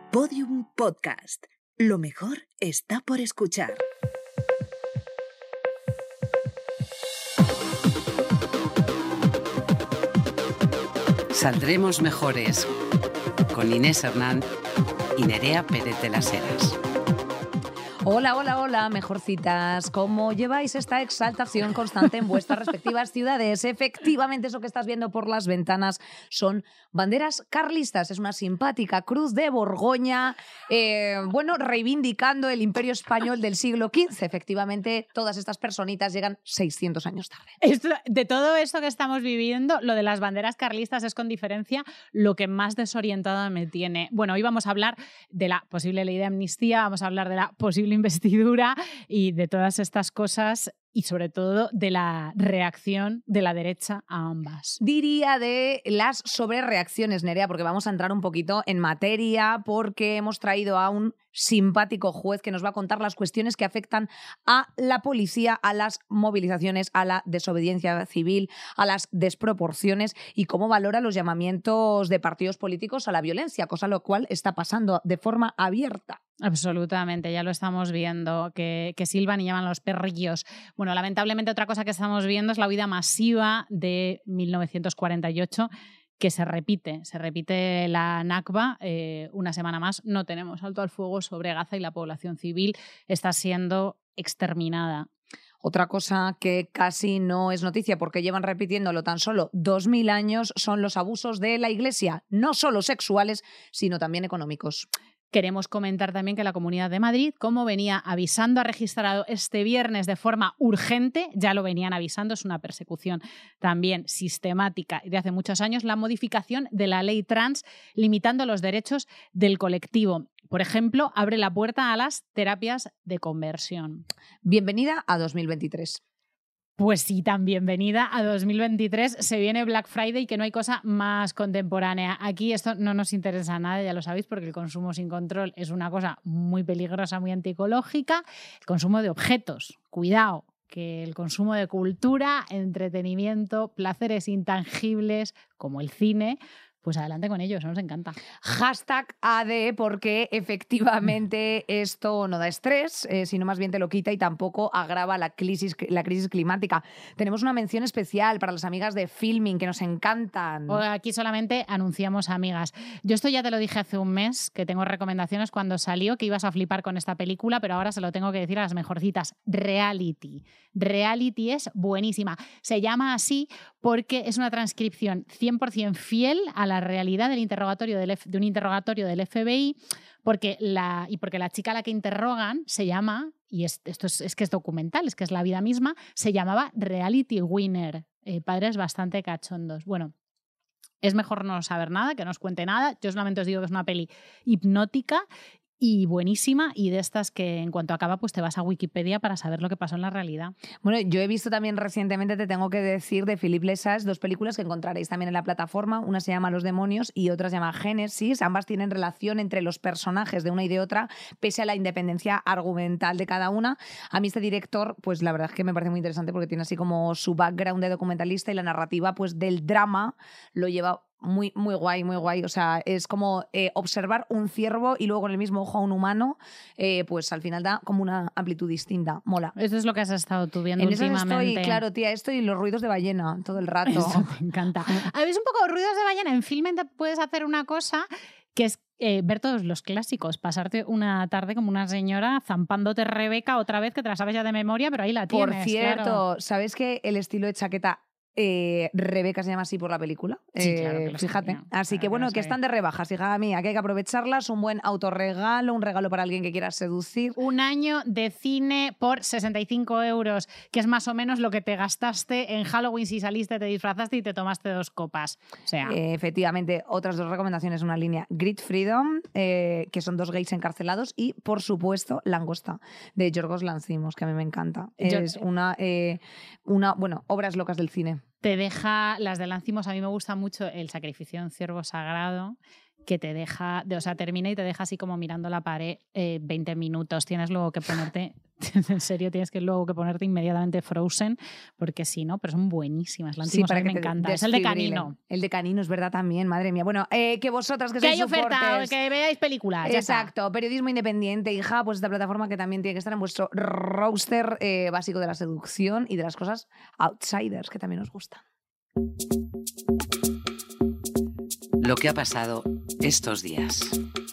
Podium Podcast. Lo mejor está por escuchar. Saldremos mejores con Inés Hernán y Nerea Pérez de las Heras. Hola, hola, hola, mejorcitas. ¿Cómo lleváis esta exaltación constante en vuestras respectivas ciudades? Efectivamente, eso que estás viendo por las ventanas son banderas carlistas. Es una simpática cruz de Borgoña, reivindicando el imperio español del siglo XV. Efectivamente, todas estas personitas llegan 600 años tarde. De todo esto que estamos viviendo, lo de las banderas carlistas es con diferencia lo que más desorientada me tiene. Bueno, hoy vamos a hablar de la posible ley de amnistía, vamos a hablar de la posible investidura y de todas estas cosas y sobre todo de la reacción de la derecha a ambas. Diría de las sobrereacciones, Nerea, porque vamos a entrar un poquito en materia, porque hemos traído a un simpático juez que nos va a contar las cuestiones que afectan a la policía, a las movilizaciones, a la desobediencia civil, a las desproporciones y cómo valora los llamamientos de partidos políticos a la violencia, cosa lo cual está pasando de forma abierta. Absolutamente, ya lo estamos viendo, que silban y llaman los perrillos. Bueno, lamentablemente otra cosa que estamos viendo es la huida masiva de 1948, que se repite la Nakba una semana más. No tenemos alto al fuego sobre Gaza y la población civil está siendo exterminada. Otra cosa que casi no es noticia porque llevan repitiéndolo tan solo 2000 años son los abusos de la Iglesia, no solo sexuales, sino también económicos. Queremos comentar también que la Comunidad de Madrid, como venía avisando, ha registrado este viernes de forma urgente, ya lo venían avisando, es una persecución también sistemática de hace muchos años, la modificación de la ley trans limitando los derechos del colectivo. Por ejemplo, abre la puerta a las terapias de conversión. Bienvenida a 2023. Pues sí, tan bienvenida a 2023. Se viene Black Friday, que no hay cosa más contemporánea. Aquí esto no nos interesa nada, ya lo sabéis, porque el consumo sin control es una cosa muy peligrosa, muy antiecológica. El consumo de objetos, cuidado, que el consumo de cultura, entretenimiento, placeres intangibles, como el cine, pues adelante con ellos, nos encanta. #AD, porque efectivamente esto no da estrés, sino más bien te lo quita y tampoco agrava la crisis climática. Tenemos una mención especial para las amigas de Filming, que nos encantan. Aquí solamente anunciamos amigas. Yo esto ya te lo dije hace un mes, que tengo recomendaciones cuando salió, que ibas a flipar con esta película, pero ahora se lo tengo que decir a las mejorcitas. Reality. Reality es buenísima. Se llama así porque es una transcripción 100% fiel a la realidad de un interrogatorio del FBI, porque la chica a la que interrogan se llama, y esto es que es documental, es que es la vida misma, se llamaba Reality Winner. Padres bastante cachondos. Bueno, es mejor no saber nada, que no os cuente nada. Yo solamente os digo que es una peli hipnótica y buenísima, y de estas que en cuanto acaba pues te vas a Wikipedia para saber lo que pasó en la realidad. Bueno, yo he visto también recientemente, te tengo que decir, de Philippe Lesage, 2 películas que encontraréis también en la plataforma. Una se llama Los demonios y otra se llama Génesis. Ambas tienen relación entre los personajes de una y de otra, pese a la independencia argumental de cada una. A mí este director, pues la verdad es que me parece muy interesante porque tiene así como su background de documentalista y la narrativa pues del drama lo lleva muy, muy guay, muy guay. O sea, es como observar un ciervo y luego con el mismo ojo a un humano, pues al final da como una amplitud distinta. Mola. Eso es lo que has estado tú viendo últimamente. Estoy, claro, tía, esto y los ruidos de ballena todo el rato. Eso te encanta. ¿Habéis un poco ruidos de ballena? En Filming puedes hacer una cosa que es ver todos los clásicos, pasarte una tarde como una señora zampándote Rebeca otra vez, que te la sabes ya de memoria, pero ahí la tienes. Por cierto, claro. ¿Sabes que el estilo de chaqueta Rebeca se llama así por la película? Sí, claro que fíjate. Sabía. Así claro que bueno, que sabía. están de rebajas, hija mía, que hay que aprovecharlas. Un buen autorregalo, un regalo para alguien que quiera seducir. Un año de cine por 65 €, que es más o menos lo que te gastaste en Halloween si saliste, te disfrazaste y te tomaste 2 copas. O sea, efectivamente, otras 2 recomendaciones, una línea Grit Freedom, que son 2 gays encarcelados, y por supuesto Langosta, de Yorgos Lanthimos, que a mí me encanta. Es una obras locas del cine. Te deja, las de Lanthimos, a mí me gusta mucho El sacrificio de un ciervo sagrado, que te deja, termina y te deja así como mirando la pared 20 minutos. Tienes luego que ponerte En serio, tienes que luego que ponerte inmediatamente Frozen, porque si no, pero son buenísimas. La antigua me encanta. Es el de Canino. El de Canino es verdad también, madre mía. Bueno, que vosotras que que sois hay oferta, supporters, que veáis películas. exacto, periodismo independiente, hija, pues esta plataforma que también tiene que estar en vuestro roster básico de la seducción y de las cosas outsiders que también os gustan. Lo que ha pasado estos días.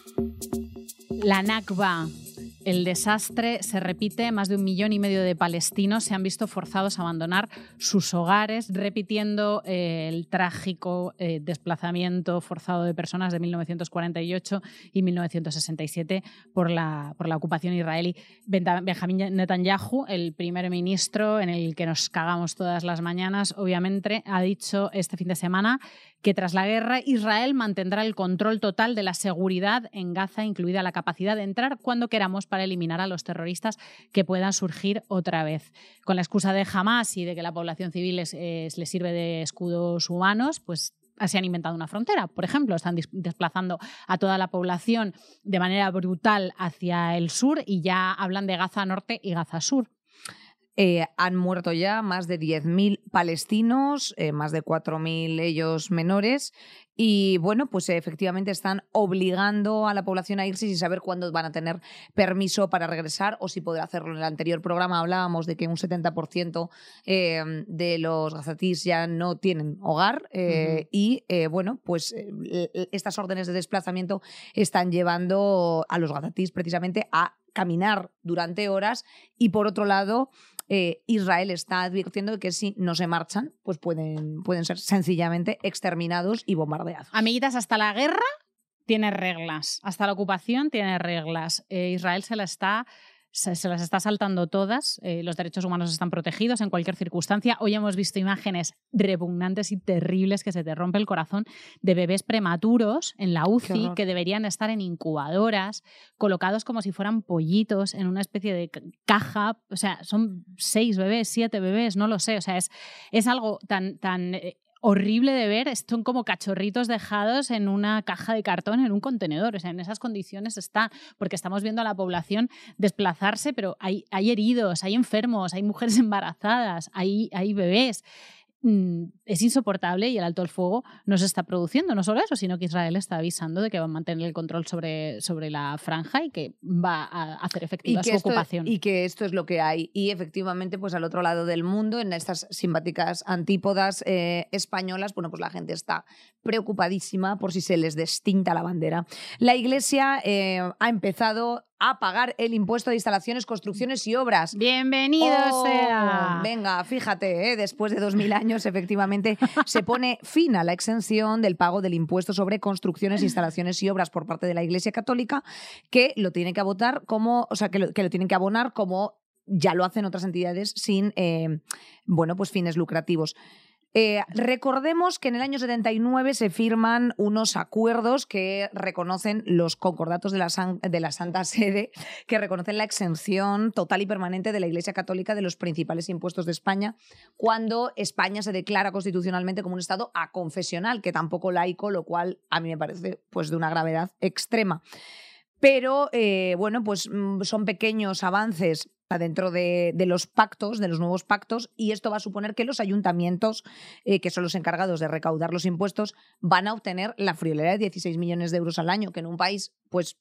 La Nakba. El desastre se repite. Más de 1,5 millones de palestinos se han visto forzados a abandonar sus hogares, repitiendo el trágico desplazamiento forzado de personas de 1948 y 1967 por la ocupación israelí. Benjamín Netanyahu, el primer ministro en el que nos cagamos todas las mañanas, obviamente, ha dicho este fin de semana que tras la guerra Israel mantendrá el control total de la seguridad en Gaza, incluida la capacidad de entrar cuando queramos para eliminar a los terroristas que puedan surgir otra vez. Con la excusa de Hamás y de que la población civil les sirve de escudos humanos, pues se han inventado una frontera. Por ejemplo, están desplazando a toda la población de manera brutal hacia el sur y ya hablan de Gaza Norte y Gaza Sur. Han muerto ya más de 10.000 palestinos, más de 4.000 ellos menores, y bueno, pues efectivamente están obligando a la población a irse sin saber cuándo van a tener permiso para regresar o si poder hacerlo. En el anterior programa hablábamos de que un 70% de los gazatíes ya no tienen hogar y bueno, pues estas órdenes de desplazamiento están llevando a los gazatíes precisamente a caminar durante horas y por otro lado Israel está advirtiendo de que si no se marchan pues pueden ser sencillamente exterminados y bombardeados. Amiguitas, hasta la guerra tiene reglas, hasta la ocupación tiene reglas. Israel se las está saltando todas, los derechos humanos están protegidos en cualquier circunstancia. Hoy hemos visto imágenes repugnantes y terribles que se te rompe el corazón de bebés prematuros en la UCI que deberían estar en incubadoras, colocados como si fueran pollitos en una especie de caja. O sea, son 6 bebés, 7 bebés, no lo sé. O sea, es algo tan horrible de ver. Son como cachorritos dejados en una caja de cartón, en un contenedor. O sea, en esas condiciones está, porque estamos viendo a la población desplazarse, pero hay heridos, hay enfermos, hay mujeres embarazadas, hay bebés. Es insoportable y el alto el fuego no se está produciendo. No solo eso, sino que Israel está avisando de que va a mantener el control sobre la franja y que va a hacer efectiva su ocupación. Y que esto es lo que hay. Y efectivamente, pues al otro lado del mundo, en estas simpáticas antípodas españolas, bueno, pues la gente está preocupadísima por si se les destinta la bandera. La Iglesia ha empezado a pagar el impuesto de instalaciones, construcciones y obras. ¡Bienvenido sea! Venga, fíjate, después de 2000 años, efectivamente, se pone fin a la exención del pago del impuesto sobre construcciones, instalaciones y obras por parte de la Iglesia Católica, que lo tiene que abonar como, o sea, que lo tienen que abonar como ya lo hacen otras entidades sin, bueno, pues fines lucrativos. Recordemos que en el año 79 se firman unos acuerdos que reconocen los concordatos de la Santa Sede, que reconocen la exención total y permanente de la Iglesia Católica de los principales impuestos de España cuando España se declara constitucionalmente como un Estado aconfesional, que tampoco laico, lo cual a mí me parece pues de una gravedad extrema. Pero bueno, pues son pequeños avances dentro de los pactos, de los nuevos pactos, y esto va a suponer que los ayuntamientos, que son los encargados de recaudar los impuestos, van a obtener la friolera de 16 millones de euros al año, que en un país, pues,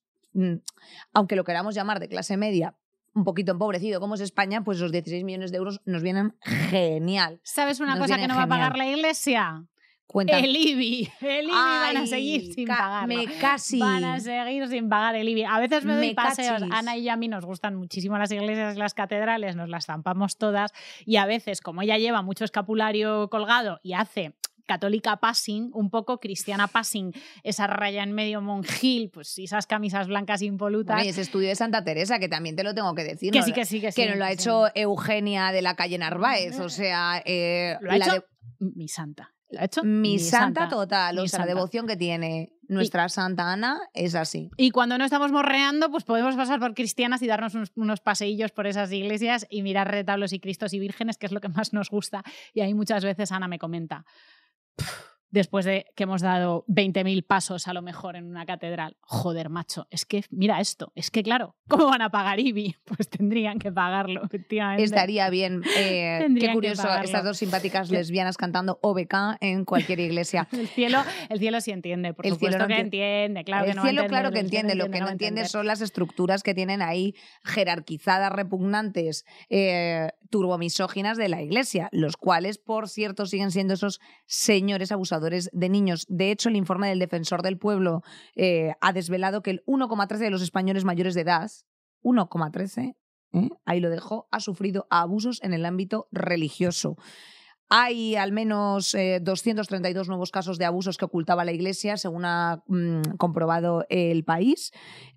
aunque lo queramos llamar de clase media, un poquito empobrecido como es España, pues los 16 millones de euros nos vienen genial. ¿Sabes una cosa que no va a pagar la Iglesia? Cuenta. El IBI. El IBI van a seguir sin pagarlo. Van a seguir sin pagar el IBI. A veces me doy paseos. Ana y a mí nos gustan muchísimo las iglesias y las catedrales, nos las zampamos todas y a veces, como ella lleva mucho escapulario colgado y hace católica passing, un poco cristiana passing, esa raya en medio monjil, pues esas camisas blancas impolutas. Bueno, y ese estudio de Santa Teresa, que también te lo tengo que decir. Que ¿no? sí. Que no lo ha hecho Eugenia de la calle Narváez, o sea... lo ha hecho mi santa. Lo ha hecho mi santa total, o sea, santa. La devoción que tiene nuestra Santa Ana es así. Y cuando no estamos morreando, pues podemos pasar por cristianas y darnos unos paseillos por esas iglesias y mirar retablos y cristos y vírgenes, que es lo que más nos gusta. Y ahí muchas veces Ana me comenta: después de que hemos dado 20.000 pasos a lo mejor en una catedral. Joder, macho, es que mira esto, es que claro, ¿cómo van a pagar IBI? Pues tendrían que pagarlo, efectivamente. Estaría bien. Qué curioso, estas dos simpáticas lesbianas cantando OBK en cualquier iglesia. El cielo sí entiende, por supuesto que entiende, claro que no El cielo claro que entiende, lo que no entiende son las estructuras que tienen ahí jerarquizadas, repugnantes, turbomisóginas de la iglesia, los cuales, por cierto, siguen siendo esos señores abusadores de niños. De hecho, el informe del Defensor del Pueblo ha desvelado que el 1,13% de los españoles mayores de edad, 1,13%, ahí lo dejo, ha sufrido abusos en el ámbito religioso. Hay al menos 232 nuevos casos de abusos que ocultaba la Iglesia, según ha comprobado El País.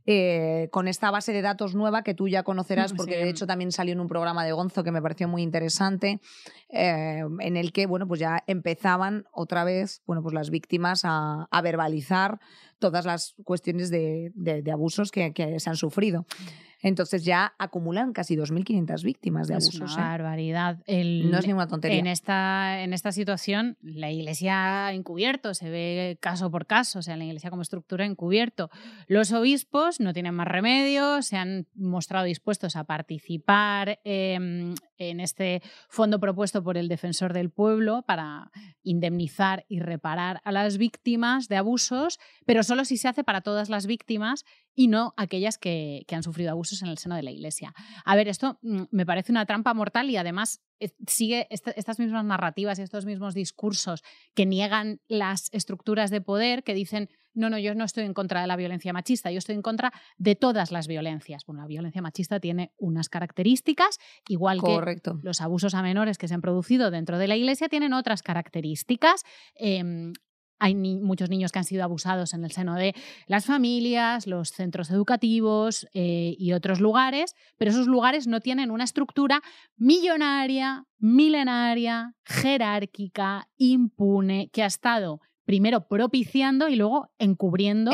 Con esta base de datos nueva que tú ya conocerás, porque de hecho también salió en un programa de Gonzo que me pareció muy interesante, en el que pues ya empezaban otra vez pues las víctimas a verbalizar todas las cuestiones de abusos que se han sufrido. Entonces ya acumulan casi 2.500 víctimas de abusos. Es una barbaridad. No es ninguna tontería. En esta situación, la Iglesia ha encubierto, se ve caso por caso, o sea, la Iglesia como estructura encubierto. Los obispos no tienen más remedio, se han mostrado dispuestos a participar en este fondo propuesto por el Defensor del Pueblo para indemnizar y reparar a las víctimas de abusos, pero solo si se hace para todas las víctimas y no aquellas que han sufrido abusos en el seno de la Iglesia. A ver, esto me parece una trampa mortal y además sigue estas mismas narrativas y estos mismos discursos que niegan las estructuras de poder, que dicen, no, yo no estoy en contra de la violencia machista, yo estoy en contra de todas las violencias. Bueno, la violencia machista tiene unas características, igual Correcto. que los abusos a menores que se han producido dentro de la Iglesia tienen otras características. Hay muchos niños que han sido abusados en el seno de las familias, los centros educativos y otros lugares, pero esos lugares no tienen una estructura millonaria, milenaria, jerárquica, impune, que ha estado primero propiciando y luego encubriendo.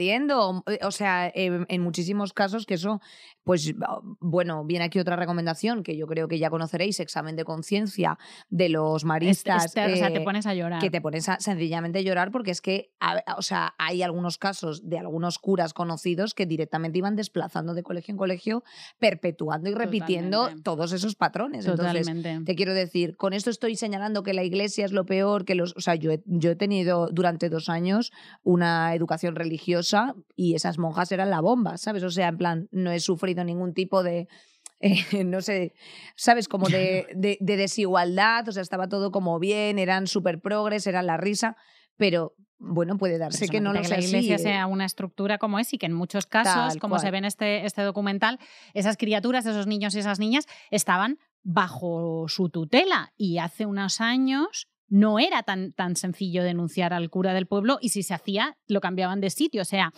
O sea, en muchísimos casos que eso, pues bueno, viene aquí otra recomendación que yo creo que ya conoceréis, examen de conciencia de los maristas. O sea, te pones a llorar. Que te pones a sencillamente llorar porque es que, o sea, hay algunos casos de algunos curas conocidos que directamente iban desplazando de colegio en colegio, perpetuando y repitiendo todos esos patrones. Totalmente. Entonces, te quiero decir, con esto estoy señalando que la Iglesia es lo peor, que o sea, yo he tenido durante 2 años una educación religiosa y esas monjas eran la bomba, ¿sabes? O sea, en plan, no he sufrido ningún tipo de, no sé, ¿sabes? Como de desigualdad, o sea, estaba todo como bien, eran súper progres, eran la risa, pero bueno, puede darse que no lo sea así. Que la Iglesia así, sea una estructura como es y que en muchos casos, como se ve en este documental, esas criaturas, esos niños y esas niñas estaban bajo su tutela y hace unos años no era tan sencillo denunciar al cura del pueblo y si se hacía, lo cambiaban de sitio. O sea,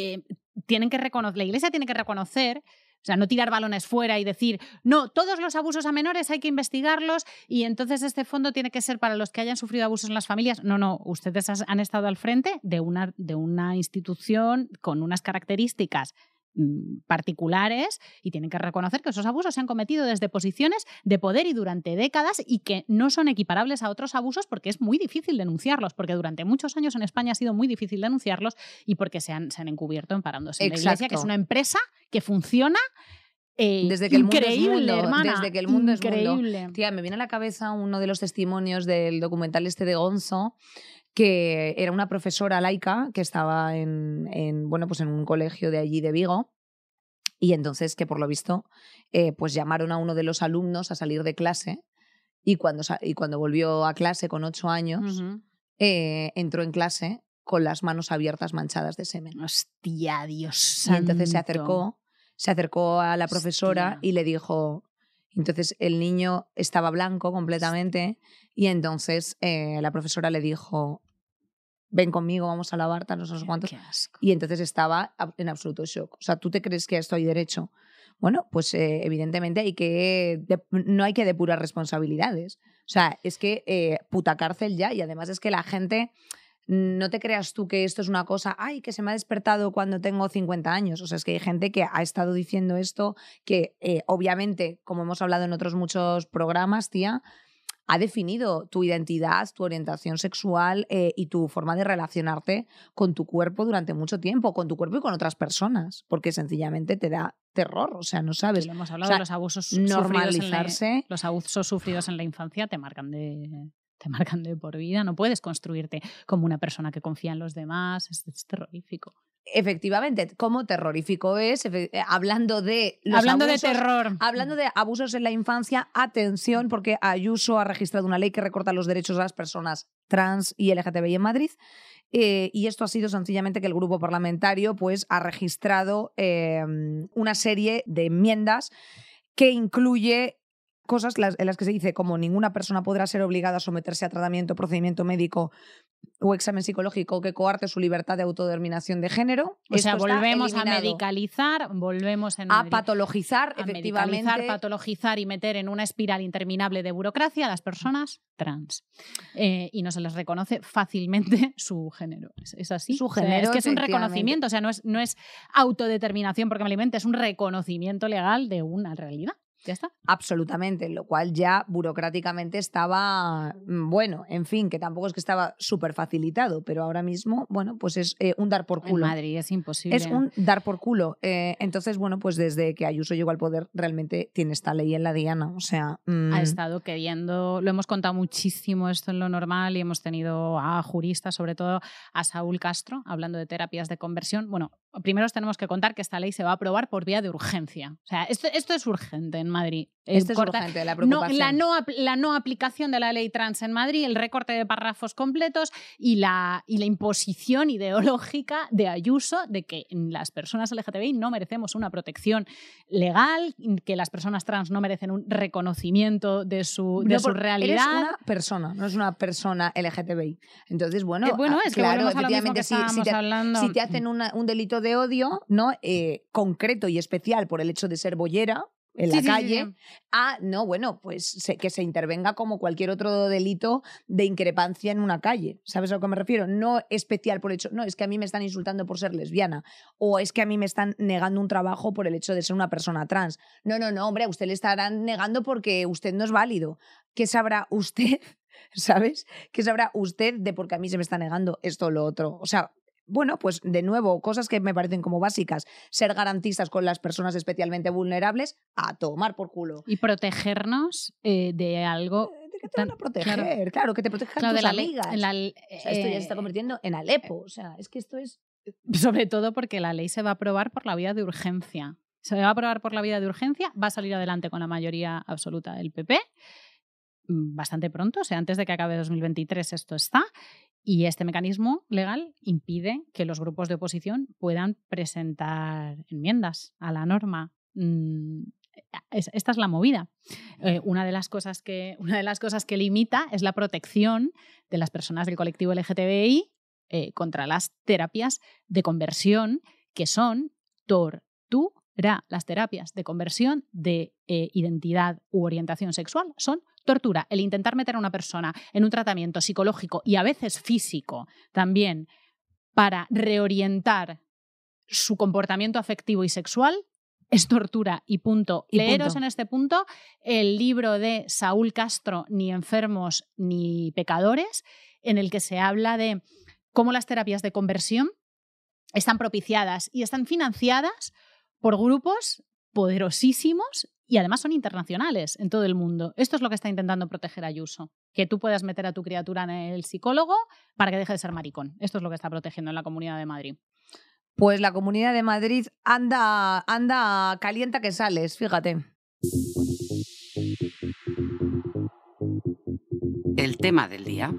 la Iglesia tiene que reconocer, o sea, no tirar balones fuera y decir, no, todos los abusos a menores hay que investigarlos y entonces este fondo tiene que ser para los que hayan sufrido abusos en las familias. No, ustedes han estado al frente de una institución con unas características particulares y tienen que reconocer que esos abusos se han cometido desde posiciones de poder y durante décadas y que no son equiparables a otros abusos porque es muy difícil denunciarlos, porque durante muchos años en España ha sido muy difícil denunciarlos y porque se han encubierto emparándose en la Iglesia, que es una empresa que funciona desde que increíble, el mundo, hermana. Desde que el mundo increíble. Es mundo. Tía, me viene a la cabeza uno de los testimonios del documental de Gonzo, que era una profesora laica que estaba en un colegio de allí de Vigo, y entonces que por lo visto pues llamaron a uno de los alumnos a salir de clase y cuando volvió a clase con 8 años entró en clase con las manos abiertas manchadas de semen. Hostia, Dios santo. Y entonces se acercó a la profesora y le dijo. Entonces el niño estaba blanco completamente y entonces la profesora le dijo, ven conmigo, vamos a lavarte, no sé cuántos. Y entonces estaba en absoluto shock. O sea, ¿tú te crees que a esto hay derecho? Bueno, pues evidentemente no hay que depurar responsabilidades. O sea, es que puta cárcel ya, y además es que la gente... No te creas tú que esto es una cosa, ay, que se me ha despertado cuando tengo 50 años. O sea, es que hay gente que ha estado diciendo esto, que obviamente, como hemos hablado en otros muchos programas, tía, ha definido tu identidad, tu orientación sexual y tu forma de relacionarte con tu cuerpo durante mucho tiempo, con tu cuerpo y con otras personas, porque sencillamente te da terror, o sea, no sabes. Sí, lo hemos hablado, o sea, de los abusos normalizarse. los abusos sufridos en la infancia te marcan de por vida. No puedes construirte como una persona que confía en los demás. Es terrorífico. Efectivamente, como terrorífico es, hablando de terror. Hablando de abusos en la infancia, atención, porque Ayuso ha registrado una ley que recorta los derechos de las personas trans y LGTBI en Madrid. Y esto ha sido sencillamente que el grupo parlamentario pues, ha registrado una serie de enmiendas que incluye cosas en las que se dice como ninguna persona podrá ser obligada a someterse a tratamiento, procedimiento médico o examen psicológico que coarte su libertad de autodeterminación de género. O sea, volvemos a medicalizar, volvemos a patologizar, efectivamente. Medicalizar, patologizar y meter en una espiral interminable de burocracia a las personas trans. Y no se les reconoce fácilmente su género. ¿Es así? Su género, es que es un reconocimiento, o sea, no es autodeterminación porque me alimente, es un reconocimiento legal de una realidad. ¿Ya está? Absolutamente, lo cual ya burocráticamente estaba, bueno, en fin, que tampoco es que estaba súper facilitado, pero ahora mismo, bueno, pues es un dar por culo. En Madrid es imposible. Es un dar por culo. Entonces, bueno, pues desde que Ayuso llegó al poder realmente tiene esta ley en la diana, o sea... Ha estado queriendo, lo hemos contado muchísimo esto en Lo Normal y hemos tenido a juristas, sobre todo a Saúl Castro, hablando de terapias de conversión. Bueno, primero os tenemos que contar que esta ley se va a aprobar por vía de urgencia. O sea, esto es urgente en Madrid. Esto es urgente, la preocupación. La no aplicación de la ley trans en Madrid, el recorte de párrafos completos y la imposición ideológica de Ayuso de que las personas LGTBI no merecemos una protección legal, que las personas trans no merecen un reconocimiento de su realidad. Eres una persona, no es una persona LGTBI. Entonces, bueno, es claro, que efectivamente si te hacen un delito de odio, ¿no? Concreto y especial por el hecho de ser boyera en la calle, no, bueno, pues que se intervenga como cualquier otro delito de increpancia en una calle. ¿Sabes a lo que me refiero? No especial por el hecho, no, es que a mí me están insultando por ser lesbiana o es que a mí me están negando un trabajo por el hecho de ser una persona trans. No, hombre, a usted le estarán negando porque usted no es válido. ¿Qué sabrá usted? ¿Sabes? ¿Qué sabrá usted de por qué a mí se me está negando esto o lo otro? O sea... Bueno, pues de nuevo, cosas que me parecen como básicas. Ser garantistas con las personas especialmente vulnerables, a tomar por culo. Y protegernos de algo... ¿De qué te van a proteger? Claro, que te protejan tus amigas. O sea, esto ya se está convirtiendo en Alepo. O sea, es que esto es... Sobre todo porque la ley se va a aprobar por la vía de urgencia. Se va a aprobar por la vía de urgencia, va a salir adelante con la mayoría absoluta del PP, bastante pronto, o sea, antes de que acabe 2023 esto está. Y este mecanismo legal impide que los grupos de oposición puedan presentar enmiendas a la norma. Esta es la movida. Una de las cosas que limita es la protección de las personas del colectivo LGTBI contra las terapias de conversión, que son tortura. Las terapias de conversión de identidad u orientación sexual son tortura. El intentar meter a una persona en un tratamiento psicológico y a veces físico también para reorientar su comportamiento afectivo y sexual es tortura y punto. Leeros en este punto el libro de Saúl Castro, Ni enfermos ni pecadores, en el que se habla de cómo las terapias de conversión están propiciadas y están financiadas por grupos poderosísimos y además son internacionales en todo el mundo. Esto es lo que está intentando proteger Ayuso. Que tú puedas meter a tu criatura en el psicólogo para que deje de ser maricón. Esto es lo que está protegiendo en la Comunidad de Madrid. Pues la Comunidad de Madrid anda calienta que sales, fíjate. El tema del día.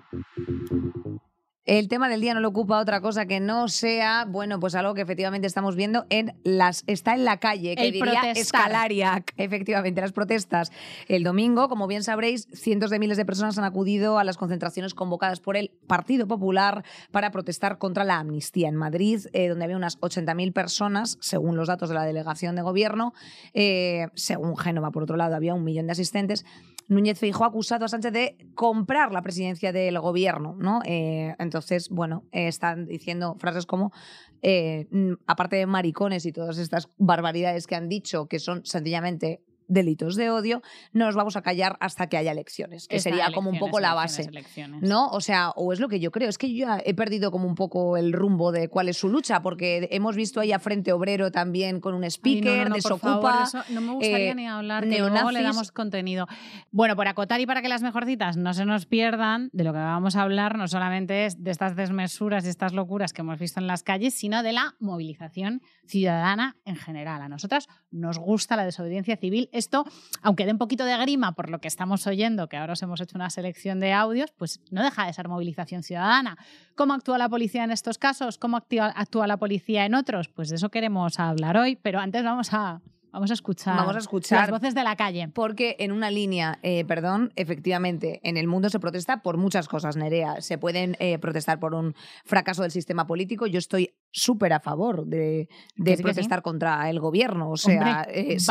El tema del día no lo ocupa otra cosa que no sea, bueno, pues algo que efectivamente estamos viendo está en la calle, que diría Escalariac, efectivamente, las protestas. El domingo, como bien sabréis, cientos de miles de personas han acudido a las concentraciones convocadas por el Partido Popular para protestar contra la amnistía en Madrid, donde había unas 80.000 personas, según los datos de la delegación de gobierno. Según Génova, por otro lado, había 1 millón de asistentes. Núñez Feijóo ha acusado a Sánchez de comprar la presidencia del gobierno, ¿no? Entonces, bueno, están diciendo frases como, aparte de maricones y todas estas barbaridades que han dicho, que son sencillamente delitos de odio, no nos vamos a callar hasta que haya elecciones, que sería como un poco la base. ¿No? O sea, o es lo que yo creo. Es que yo ya he perdido como un poco el rumbo de cuál es su lucha, porque hemos visto ahí a Frente Obrero también con un speaker, Desocupa. Por favor, eso no me gustaría ni hablar, que luego le damos contenido. Bueno, por acotar y para que las mejorcitas no se nos pierdan, de lo que vamos a hablar no solamente es de estas desmesuras y estas locuras que hemos visto en las calles, sino de la movilización ciudadana en general. A nosotras nos gusta la desobediencia civil. Esto, aunque dé un poquito de grima por lo que estamos oyendo, que ahora os hemos hecho una selección de audios, pues no deja de ser movilización ciudadana. ¿Cómo actúa la policía en estos casos? ¿Cómo actúa la policía en otros? Pues de eso queremos hablar hoy, pero antes vamos a escuchar las voces de la calle. Porque en una línea, efectivamente, en el mundo se protesta por muchas cosas, Nerea. Se pueden protestar por un fracaso del sistema político. Yo estoy súper a favor de protestar contra el gobierno. O sea,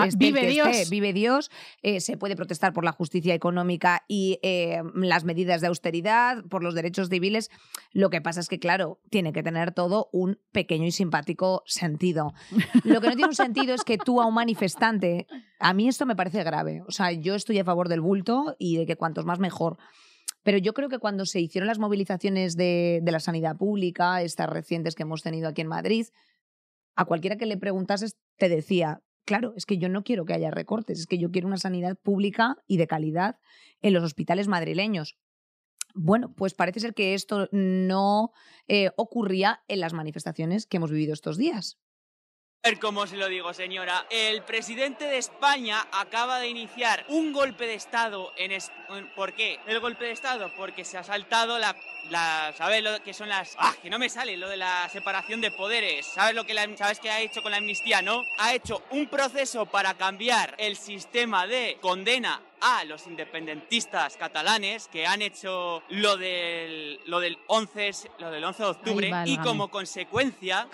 vive Dios. Se puede protestar por la justicia económica y las medidas de austeridad, por los derechos civiles. Lo que pasa es que, claro, tiene que tener todo un pequeño y simpático sentido. Lo que no tiene un sentido es que tú a un manifestante, a mí esto me parece grave. O sea, yo estoy a favor del bulto y de que cuantos más mejor. Pero yo creo que cuando se hicieron las movilizaciones de la sanidad pública, estas recientes que hemos tenido aquí en Madrid, a cualquiera que le preguntases te decía, claro, es que yo no quiero que haya recortes, es que yo quiero una sanidad pública y de calidad en los hospitales madrileños. Bueno, pues parece ser que esto no ocurría en las manifestaciones que hemos vivido estos días. A ver cómo se lo digo, señora. El presidente de España acaba de iniciar un golpe de Estado ¿Por qué? El golpe de Estado porque se ha saltado ¿sabes lo que son las? Que no me sale lo de la separación de poderes. ¿Sabes qué ha hecho con la amnistía, no? Ha hecho un proceso para cambiar el sistema de condena a los independentistas catalanes que han hecho lo del 11 de octubre. Ay, y como consecuencia,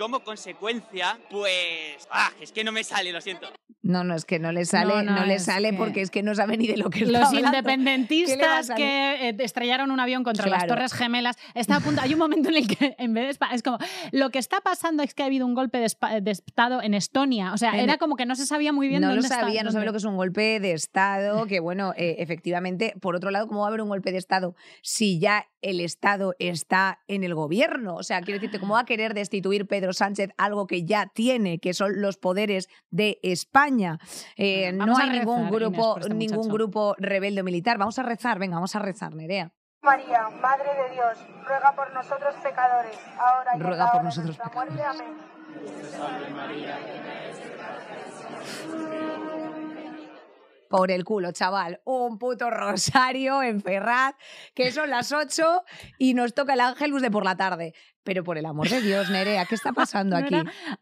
pues es que no me sale, lo siento. No, es que no le sale, no le sale porque es que no sabe ni de lo que está los hablando. Independentistas que estrellaron un avión contra las Torres Gemelas. Está a punto, hay un momento en el que en vez de es como lo que está pasando es que ha habido un golpe de Estado en Estonia. O sea, era como que no se sabía muy bien dónde estaba. No sabía lo que es un golpe de Estado, que bueno, efectivamente, por otro lado, ¿cómo va a haber un golpe de Estado si ya el Estado está en el gobierno? O sea, quiero decirte, ¿cómo va a querer destituir Pedro Sánchez algo que ya tiene, que son los poderes de España? No hay ningún grupo rebelde o militar. Vamos a rezar, venga, vamos a rezar, Nerea. María, Madre de Dios, ruega por nosotros pecadores, ahora y en la hora de nuestra muerte. Amén. Por el culo, chaval. Un puto rosario en Ferraz, que son las 8 y nos toca el Ángelus de por la tarde. Pero por el amor de Dios, Nerea, ¿qué está pasando aquí?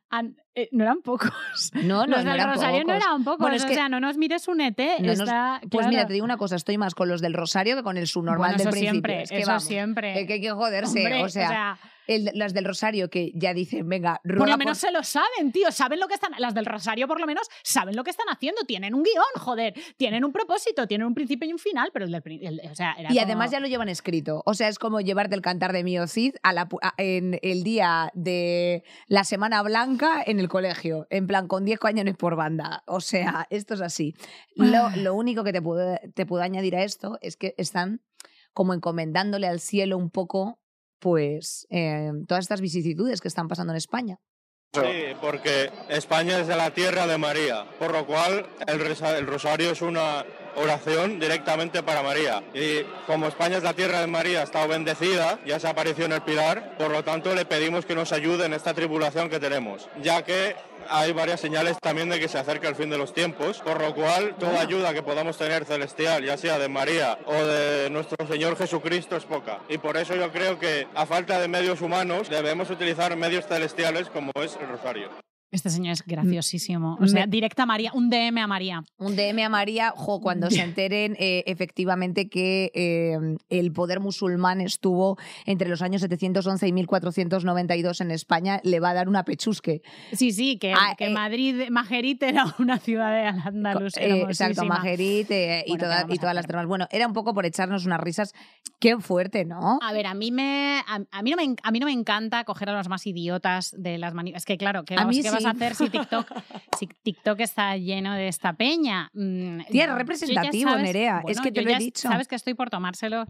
No eran pocos. No los del eran Rosario pocos. no eran pocos. Bueno, es que, o sea, no nos mires un ET. Pues mira, te digo una cosa, estoy más con los del Rosario que con el subnormal del principio. Siempre, es que eso siempre. Que hay que joderse. Hombre, o sea las del Rosario que ya dicen, venga, por lo menos se lo saben, tío. Saben lo que están. Las del Rosario, por lo menos, saben lo que están haciendo. Tienen un guión, joder. Tienen un propósito, tienen un principio y un final, pero además ya lo llevan escrito. O sea, es como llevarte el cantar de Mio Cid en el día de la Semana Blanca en el colegio. En plan, con 10 cañones por banda. O sea, esto es así. Lo único que te puedo añadir a esto es que están como encomendándole al cielo un poco pues todas estas vicisitudes que están pasando en España. Sí, porque España es de la tierra de María, por lo cual el rosario es una oración directamente para María. Y como España es la tierra de María, ha estado bendecida, ya se apareció en el Pilar, por lo tanto le pedimos que nos ayude en esta tribulación que tenemos, ya que hay varias señales también de que se acerca el fin de los tiempos, por lo cual toda ayuda que podamos tener celestial, ya sea de María o de nuestro Señor Jesucristo, es poca. Y por eso yo creo que a falta de medios humanos debemos utilizar medios celestiales como es el rosario. Este señor es graciosísimo. O sea, directa a María, un DM a María. Un DM a María, cuando se enteren efectivamente que el poder musulmán estuvo entre los años 711 y 1492 en España, le va a dar una pechusque. Sí, que Madrid, Majerit era una ciudad de Al-Ándalus. Exacto, Majerit y todas las demás. Bueno, era un poco por echarnos unas risas. Qué fuerte, ¿no? A ver, a mí no me encanta coger a los más idiotas de las manifestaciones. Es que claro, ¿qué vas vas a hacer si TikTok está lleno de esta peña? Tía, es representativo, Nerea. Es que te lo he dicho. Sabes que estoy por tomárselo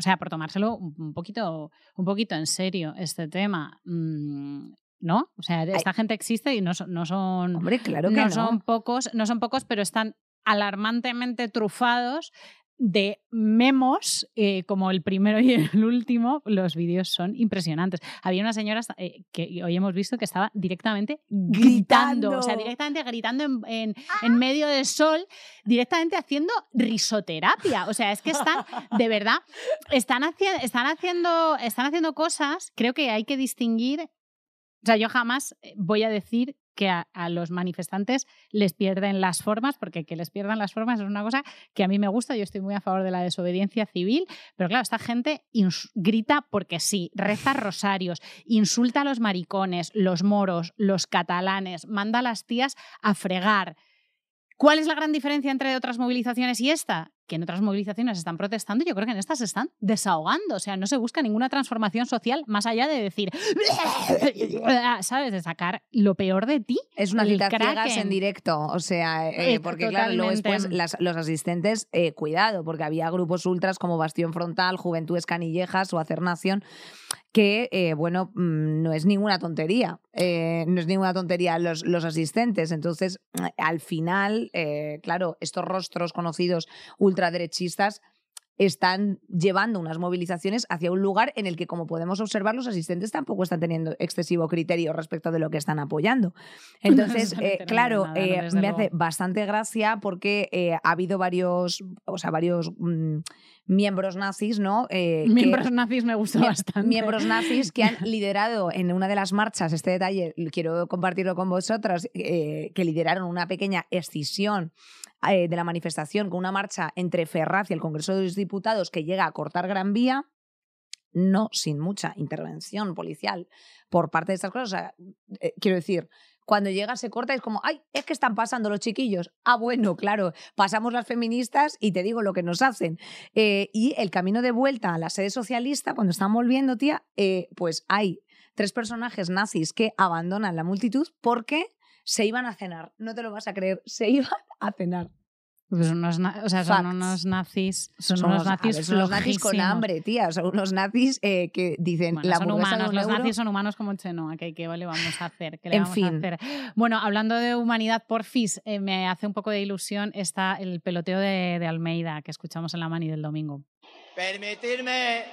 un poquito en serio este tema. ¿No? O sea, esta gente existe y no son Hombre, claro que no. Son pocos, pero están alarmantemente trufados de memos, como el primero y el último. Los vídeos son impresionantes. Había una señora que hoy hemos visto que estaba directamente gritando. O sea, directamente gritando en medio del sol, directamente haciendo risoterapia. O sea, es que están, de verdad, están haciendo cosas. Creo que hay que distinguir. O sea, yo jamás voy a decir que a los manifestantes les pierden las formas, porque que les pierdan las formas es una cosa que a mí me gusta. Yo estoy muy a favor de la desobediencia civil, pero claro, esta gente grita porque sí, reza rosarios, insulta a los maricones, los moros, los catalanes, manda a las tías a fregar. ¿Cuál es la gran diferencia entre otras movilizaciones y esta? Que en otras movilizaciones están protestando, yo creo que en estas se están desahogando. O sea, no se busca ninguna transformación social más allá de decir, ¿sabes? De sacar lo peor de ti. Es una cita ciegas en directo. O sea, porque claro, luego después los asistentes, cuidado, porque había grupos ultras como Bastión Frontal, Juventudes Canillejas o Hacer Nación, que, bueno, no es ninguna tontería. No es ninguna tontería los asistentes. Entonces, al final, claro, estos rostros conocidos ultraderechistas están llevando unas movilizaciones hacia un lugar en el que, como podemos observar, los asistentes tampoco están teniendo excesivo criterio respecto de lo que están apoyando. Entonces, claro, me hace bastante gracia porque ha habido varios miembros nazis, ¿no? Nazis me gusta bastante. Miembros nazis que han liderado en una de las marchas, este detalle quiero compartirlo con vosotros, que lideraron una pequeña escisión de la manifestación con una marcha entre Ferraz y el Congreso de los Diputados que llega a cortar Gran Vía, no sin mucha intervención policial por parte de estas cosas. O sea, quiero decir, cuando llega se corta y es como, ¡ay, es que están pasando los chiquillos! Ah, bueno, claro, pasamos las feministas y te digo lo que nos hacen. Y el camino de vuelta a la sede socialista, cuando están volviendo, tía, pues hay 3 personajes nazis que abandonan la multitud porque se iban a cenar. No te lo vas a creer, se iban a cenar. Pues son unos nazis. Son unos nazis con hambre, tía. Son unos nazis que dicen... Bueno, son humanos. Los nazis son humanos como Chenoa. ¿Qué le vamos a hacer? ¿Qué le vamos a hacer? Bueno, hablando de humanidad, porfis, me hace un poco de ilusión el peloteo de Almeida que escuchamos en la Mani del domingo. Permitirme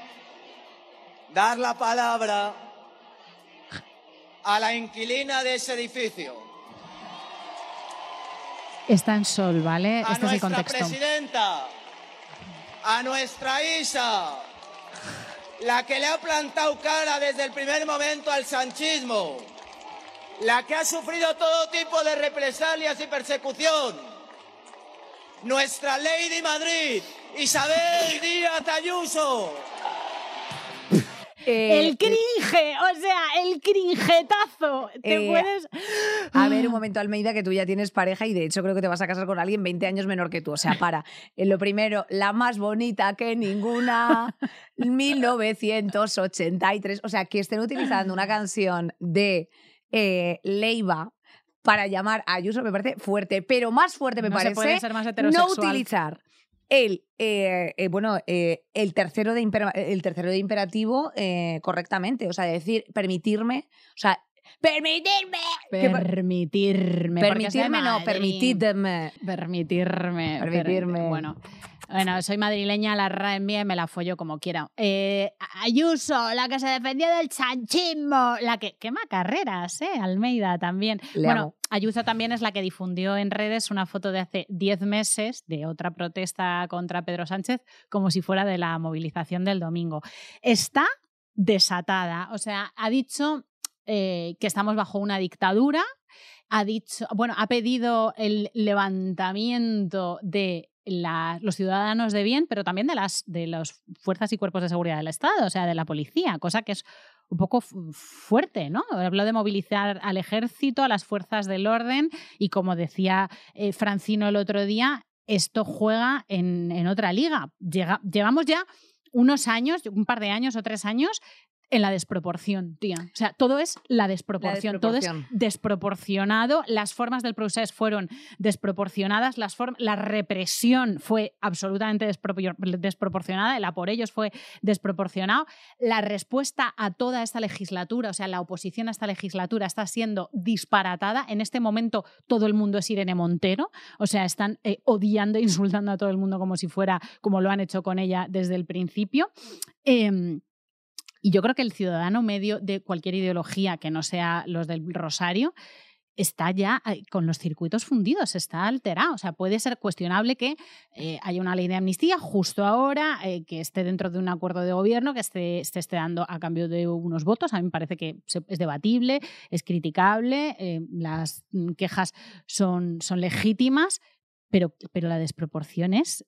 dar la palabra a la inquilina de ese edificio. Está en Sol, ¿vale? Este es el contexto. A nuestra presidenta, a nuestra Isa, la que le ha plantado cara desde el primer momento al sanchismo, la que ha sufrido todo tipo de represalias y persecución, nuestra Lady Madrid, Isabel Díaz Ayuso. El cringe, o sea, el cringetazo. ¿Te puedes...? A ver, un momento, Almeida, que tú ya tienes pareja y de hecho creo que te vas a casar con alguien 20 años menor que tú. O sea, para. Lo primero, la más bonita que ninguna, 1983. O sea, que estén utilizando una canción de Leiva para llamar a Ayuso me parece fuerte, pero más fuerte me parece se puede ser más heterosexual. No utilizar el tercero de imperativo correctamente. O sea, decir, permitirme. O sea, permitirme. Bueno, soy madrileña, la RAE mía y me la follo como quiera. Ayuso, la que se defendió del sanchismo, la que quema carreras, Almeida también. Bueno, Ayuso también es la que difundió en redes una foto de hace 10 meses de otra protesta contra Pedro Sánchez como si fuera de la movilización del domingo. Está desatada, o sea, ha dicho que estamos bajo una dictadura, ha pedido el levantamiento de los ciudadanos de bien, pero también de las fuerzas y cuerpos de seguridad del Estado, o sea, de la policía, cosa que es un poco fuerte, ¿no? Habló de movilizar al ejército, a las fuerzas del orden y, como decía Francino el otro día, esto juega en otra liga. Llevamos ya unos años, un par de años o 3 años, en la desproporción, tía. O sea, todo es la desproporción. Todo es desproporcionado. Las formas del procés fueron desproporcionadas. La represión fue absolutamente desproporcionada. El a por ellos fue desproporcionado. La respuesta a toda esta legislatura, o sea, la oposición a esta legislatura está siendo disparatada. En este momento todo el mundo es Irene Montero. O sea, están odiando e insultando a todo el mundo como lo han hecho con ella desde el principio. Y yo creo que el ciudadano medio de cualquier ideología que no sea los del Rosario está ya con los circuitos fundidos, está alterado. O sea, puede ser cuestionable que haya una ley de amnistía justo ahora, que esté dentro de un acuerdo de gobierno, que esté dando a cambio de unos votos. A mí me parece que es debatible, es criticable, las quejas son legítimas, pero la desproporción es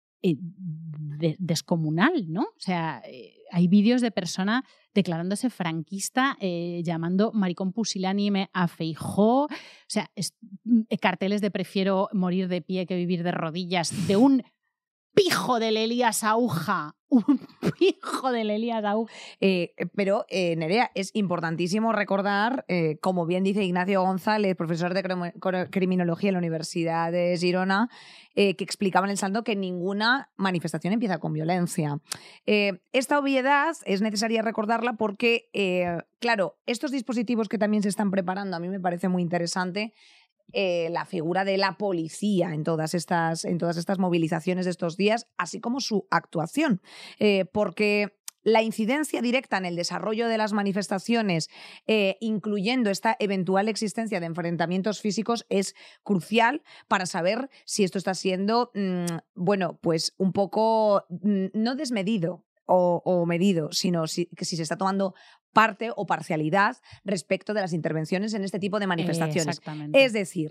descomunal, ¿no? O sea, hay vídeos de persona declarándose franquista, llamando maricón pusilánime a Feijóo, o sea, carteles de prefiero morir de pie que vivir de rodillas, de un pijo del Elías Aúja. Un pijo del Elías Aúja. Pero, Nerea, es importantísimo recordar, como bien dice Ignacio González, profesor de criminología en la Universidad de Girona, que explicaba en el Saldo que ninguna manifestación empieza con violencia. Esta obviedad es necesaria recordarla porque, claro, estos dispositivos que también se están preparando, a mí me parece muy interesante, la figura de la policía en todas estas movilizaciones de estos días, así como su actuación, porque la incidencia directa en el desarrollo de las manifestaciones, incluyendo esta eventual existencia de enfrentamientos físicos, es crucial para saber si esto está siendo, bueno, pues un poco no desmedido o medido, sino que si se está tomando parte o parcialidad respecto de las intervenciones en este tipo de manifestaciones. Exactamente. Es decir,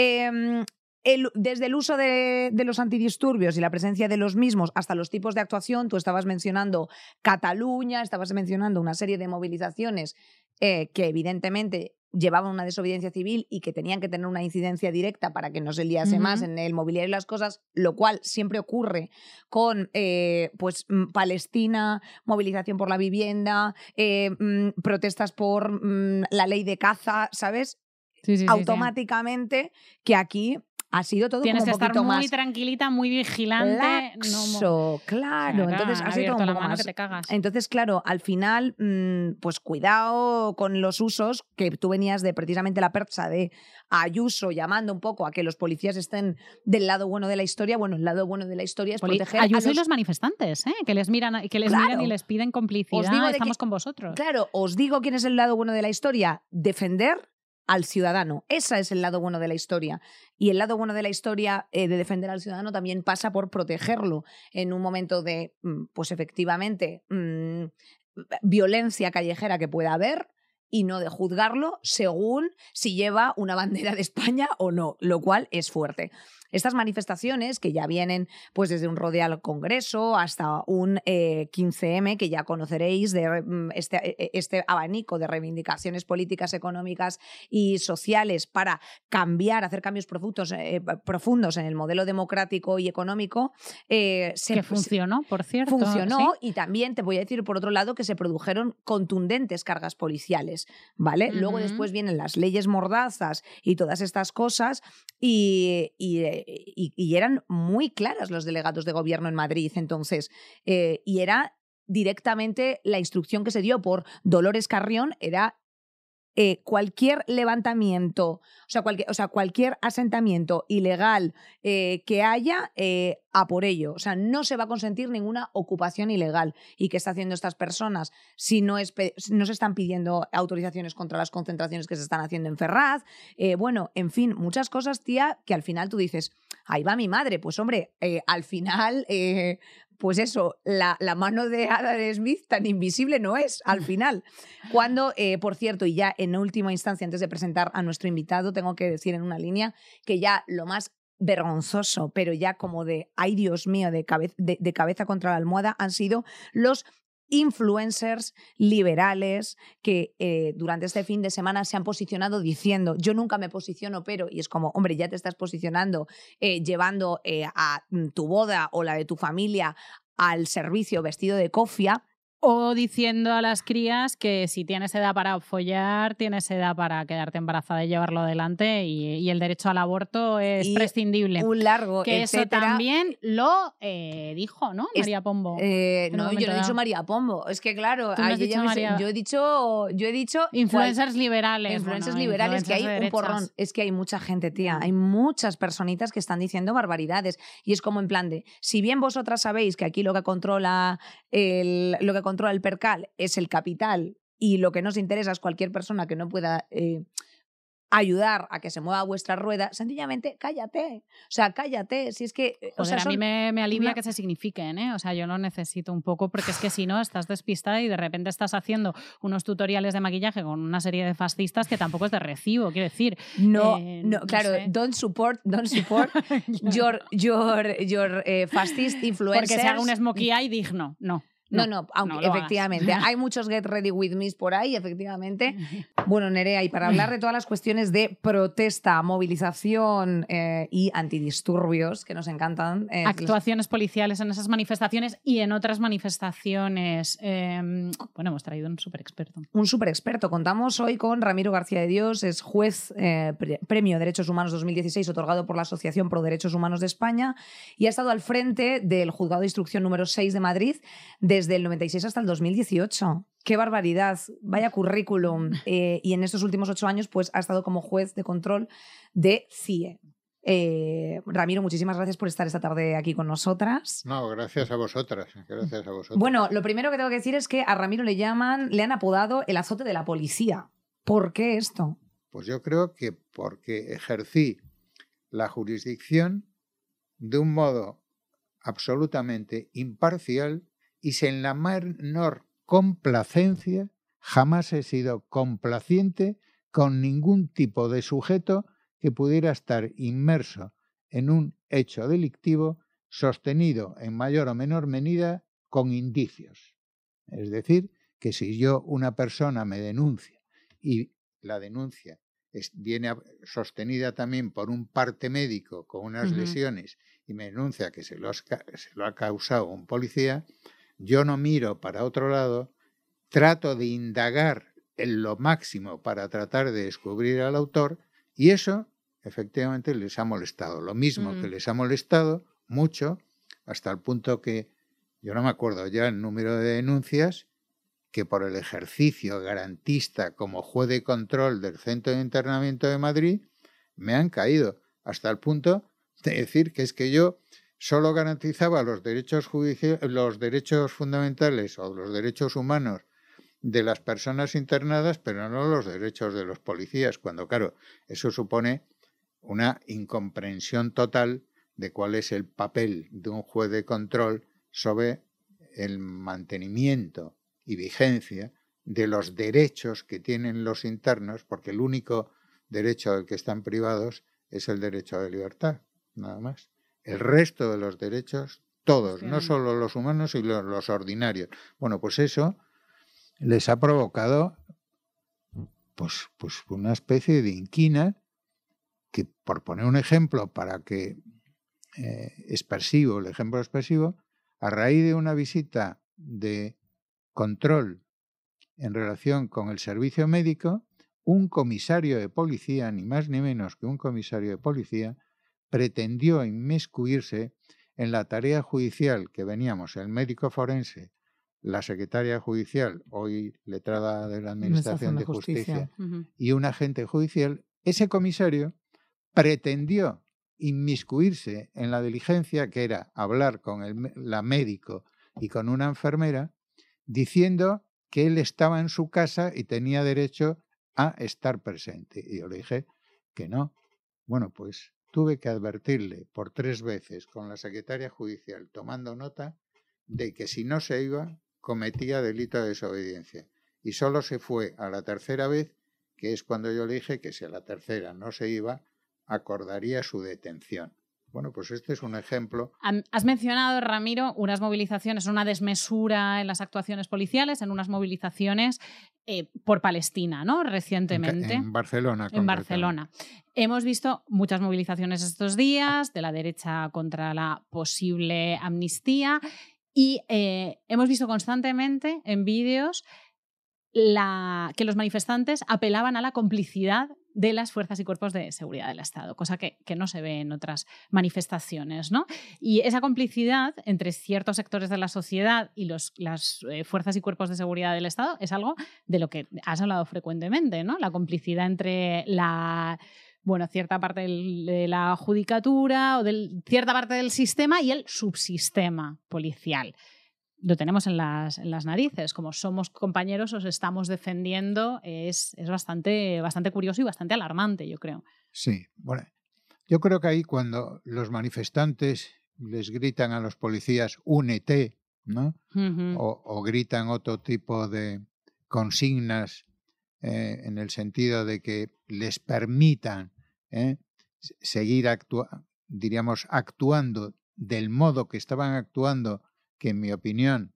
desde el uso de los antidisturbios y la presencia de los mismos hasta los tipos de actuación, tú estabas mencionando Cataluña, estabas mencionando una serie de movilizaciones que evidentemente llevaban una desobediencia civil y que tenían que tener una incidencia directa para que no se liase más en el mobiliario y las cosas, lo cual siempre ocurre con pues Palestina, movilización por la vivienda, protestas por la ley de caza, ¿sabes? Sí, automáticamente, que aquí ha sido todo tienes como un que poquito estar muy más tranquilita, muy vigilante. laxo, claro. Entonces ha sido todo un la poco mano más. que te cagas. Entonces, claro, al final, pues cuidado con los usos que tú venías de precisamente la percha de Ayuso llamando un poco a que los policías estén del lado bueno de la historia. Bueno, el lado bueno de la historia es proteger Ayuso a y los manifestantes, que les miran y les piden complicidad. Estamos con vosotros. Claro, os digo quién es el lado bueno de la historia. Defender al ciudadano. Ese es el lado bueno de la historia. Y el lado bueno de la historia de defender al ciudadano también pasa por protegerlo en un momento de, pues efectivamente, violencia callejera que pueda haber, y no de juzgarlo según si lleva una bandera de España o no, lo cual es fuerte. Estas manifestaciones que ya vienen pues desde un rodeo al Congreso hasta un 15M, que ya conoceréis, de este abanico de reivindicaciones políticas, económicas y sociales para hacer cambios profundos en el modelo democrático y económico. Que funcionó, por cierto. Funcionó, ¿sí? Y también te voy a decir, por otro lado, que se produjeron contundentes cargas policiales, ¿vale? Luego después vienen las leyes mordazas y todas estas cosas y eran muy claras los delegados de gobierno en Madrid entonces, y era directamente la instrucción que se dio por Dolores Carrión, era cualquier levantamiento, cualquier asentamiento ilegal que haya, a por ello. O sea, no se va a consentir ninguna ocupación ilegal. ¿Y qué están haciendo estas personas? Si no se están pidiendo autorizaciones contra las concentraciones que se están haciendo en Ferraz. Bueno, en fin, muchas cosas, tía, que al final tú dices, ahí va mi madre. Pues hombre, al final... pues eso, la mano de Adam Smith tan invisible no es, al final. Cuando, por cierto, y ya en última instancia, antes de presentar a nuestro invitado, tengo que decir en una línea que ya lo más vergonzoso, pero ya como de, ay Dios mío, de cabeza contra la almohada, han sido los influencers liberales que durante este fin de semana se han posicionado diciendo, yo nunca me posiciono, pero, y es como, hombre, ya te estás posicionando llevando a tu boda o la de tu familia al servicio vestido de cofia, O diciendo a las crías que si tienes edad para follar, tienes edad para quedarte embarazada y llevarlo adelante, y el derecho al aborto es prescindible. Un largo, que etcétera. Eso también lo dijo, ¿no? María Pombo. No, yo no he dicho María Pombo. Es que claro, Tú no has dicho María... yo he dicho influencers liberales. Influencers liberales, que hay un porrón. Es que hay mucha gente, tía. Hay muchas personitas que están diciendo barbaridades. Y es como en plan de, si bien vosotras sabéis que aquí lo que controla el percal es el capital y lo que nos interesa es cualquier persona que no pueda ayudar a que se mueva vuestra rueda, sencillamente cállate. O sea, cállate. Si es que... Joder, a mí me alivia que se signifiquen, ¿eh? O sea, yo lo necesito un poco porque es que si no, estás despistada y de repente estás haciendo unos tutoriales de maquillaje con una serie de fascistas que tampoco es de recibo, quiero decir. No, claro, sé. Don't support your fascist influencers. Porque se haga un smokey eye digno, no. No, aunque efectivamente hay muchos Get Ready With Me por ahí, efectivamente. Bueno, Nerea, y para hablar de todas las cuestiones de protesta, movilización y antidisturbios que nos encantan. Actuaciones policiales en esas manifestaciones y en otras manifestaciones. Bueno, hemos traído un súper experto. Un súper experto. Contamos hoy con Ramiro García de Dios, es juez Premio Derechos Humanos 2016 otorgado por la Asociación Pro Derechos Humanos de España y ha estado al frente del Juzgado de Instrucción número 6 de Madrid desde el 96 hasta el 2018. ¡Qué barbaridad! Vaya currículum. Y en estos últimos 8 años pues, ha estado como juez de control de CIE. Ramiro, muchísimas gracias por estar esta tarde aquí con nosotras. No, gracias a vosotras. Gracias a vosotras. Bueno, lo primero que tengo que decir es que a Ramiro le han apodado el azote de la policía. ¿Por qué esto? Pues yo creo que porque ejercí la jurisdicción de un modo absolutamente imparcial y sin la menor complacencia. Jamás he sido complaciente con ningún tipo de sujeto que pudiera estar inmerso en un hecho delictivo sostenido en mayor o menor medida con indicios. Es decir, que si una persona me denuncia y la denuncia viene sostenida también por un parte médico con unas lesiones y me denuncia que se lo ha causado un policía, yo no miro para otro lado, trato de indagar en lo máximo para tratar de descubrir al autor y eso efectivamente les ha molestado. Lo mismo que les ha molestado mucho hasta el punto que yo no me acuerdo ya el número de denuncias que por el ejercicio garantista como juez de control del Centro de Internamiento de Madrid me han caído hasta el punto de decir que es que yo solo garantizaba los derechos fundamentales o los derechos humanos de las personas internadas, pero no los derechos de los policías, cuando claro, eso supone una incomprensión total de cuál es el papel de un juez de control sobre el mantenimiento y vigencia de los derechos que tienen los internos, porque el único derecho del que están privados es el derecho de libertad, nada más. El resto de los derechos, todos, no solo los humanos y los ordinarios. Bueno, pues eso les ha provocado pues una especie de inquina que, por poner un ejemplo para que expresivo, el ejemplo expresivo, a raíz de una visita de control en relación con el servicio médico, un comisario de policía, ni más ni menos que un comisario de policía, pretendió inmiscuirse en la tarea judicial que veníamos, el médico forense, la secretaria judicial, hoy letrada de la Administración de Justicia, y un agente judicial. Ese comisario pretendió inmiscuirse en la diligencia, que era hablar con la médico y con una enfermera, diciendo que él estaba en su casa y tenía derecho a estar presente. Y yo le dije que no. Bueno, pues tuve que advertirle por 3 veces con la secretaria judicial tomando nota de que si no se iba cometía delito de desobediencia. Y solo se fue a la 3.ª vez, que es cuando yo le dije que si a la 3.ª no se iba, acordaría su detención. Bueno, pues este es un ejemplo. Has mencionado, Ramiro, unas movilizaciones, una desmesura en las actuaciones policiales, en unas movilizaciones por Palestina, ¿no? Recientemente. En Barcelona. En Barcelona. Hemos visto muchas movilizaciones estos días de la derecha contra la posible amnistía Y hemos visto constantemente en vídeos que los manifestantes apelaban a la complicidad de las fuerzas y cuerpos de seguridad del Estado, cosa que no se ve en otras manifestaciones, ¿no? Y esa complicidad entre ciertos sectores de la sociedad y las fuerzas y cuerpos de seguridad del Estado es algo de lo que has hablado frecuentemente, ¿no? La complicidad entre cierta parte de la judicatura o cierta parte del sistema y el subsistema policial. Lo tenemos en las narices, como somos compañeros, os estamos defendiendo, es bastante curioso y bastante alarmante, yo creo. Sí, bueno, yo creo que ahí cuando los manifestantes les gritan a los policías únete, ¿no? Uh-huh. o gritan otro tipo de consignas en el sentido de que les permitan seguir actuando del modo que estaban actuando, que en mi opinión,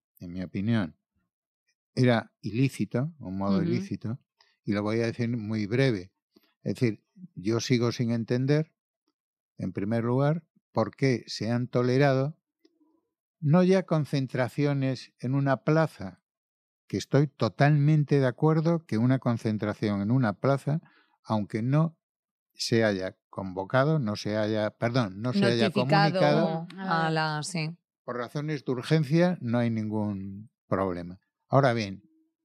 era ilícito, un modo ilícito, y lo voy a decir muy breve. Es decir, yo sigo sin entender, en primer lugar, por qué se han tolerado no ya concentraciones en una plaza, que estoy totalmente de acuerdo que una concentración en una plaza, aunque no se haya convocado, no se haya comunicado, sí. Por razones de urgencia no hay ningún problema. Ahora bien,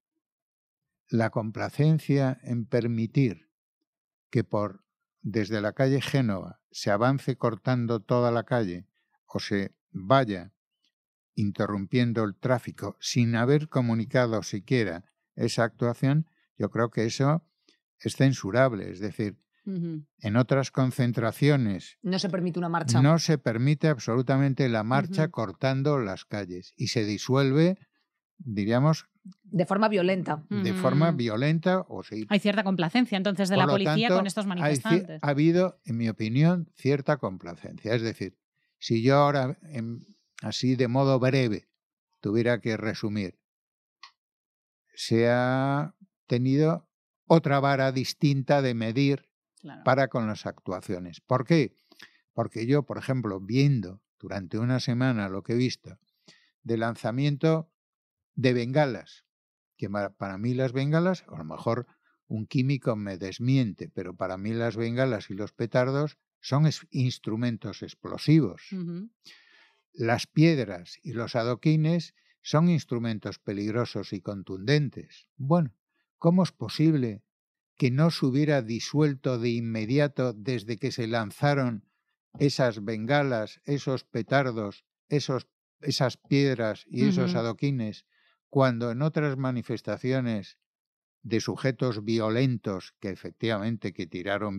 la complacencia en permitir que desde la calle Génova se avance cortando toda la calle o se vaya interrumpiendo el tráfico sin haber comunicado siquiera esa actuación, yo creo que eso es censurable. Es decir, en otras concentraciones no se permite una marcha. No se permite absolutamente la marcha cortando las calles y se disuelve, diríamos, de forma violenta. De forma violenta. Hay cierta complacencia entonces de la policía con estos manifestantes. Ha habido, en mi opinión, cierta complacencia. Es decir, si yo ahora, así de modo breve, tuviera que resumir, se ha tenido otra vara distinta de medir para con las actuaciones. ¿Por qué? Porque yo, por ejemplo, viendo durante una semana lo que he visto de lanzamiento de bengalas, que para mí las bengalas, a lo mejor un químico me desmiente, pero para mí las bengalas y los petardos son instrumentos explosivos. Las piedras y los adoquines son instrumentos peligrosos y contundentes. Bueno, ¿cómo es posible que no se hubiera disuelto de inmediato desde que se lanzaron esas bengalas, esos petardos, esas piedras y esos adoquines, cuando en otras manifestaciones de sujetos violentos que efectivamente que tiraron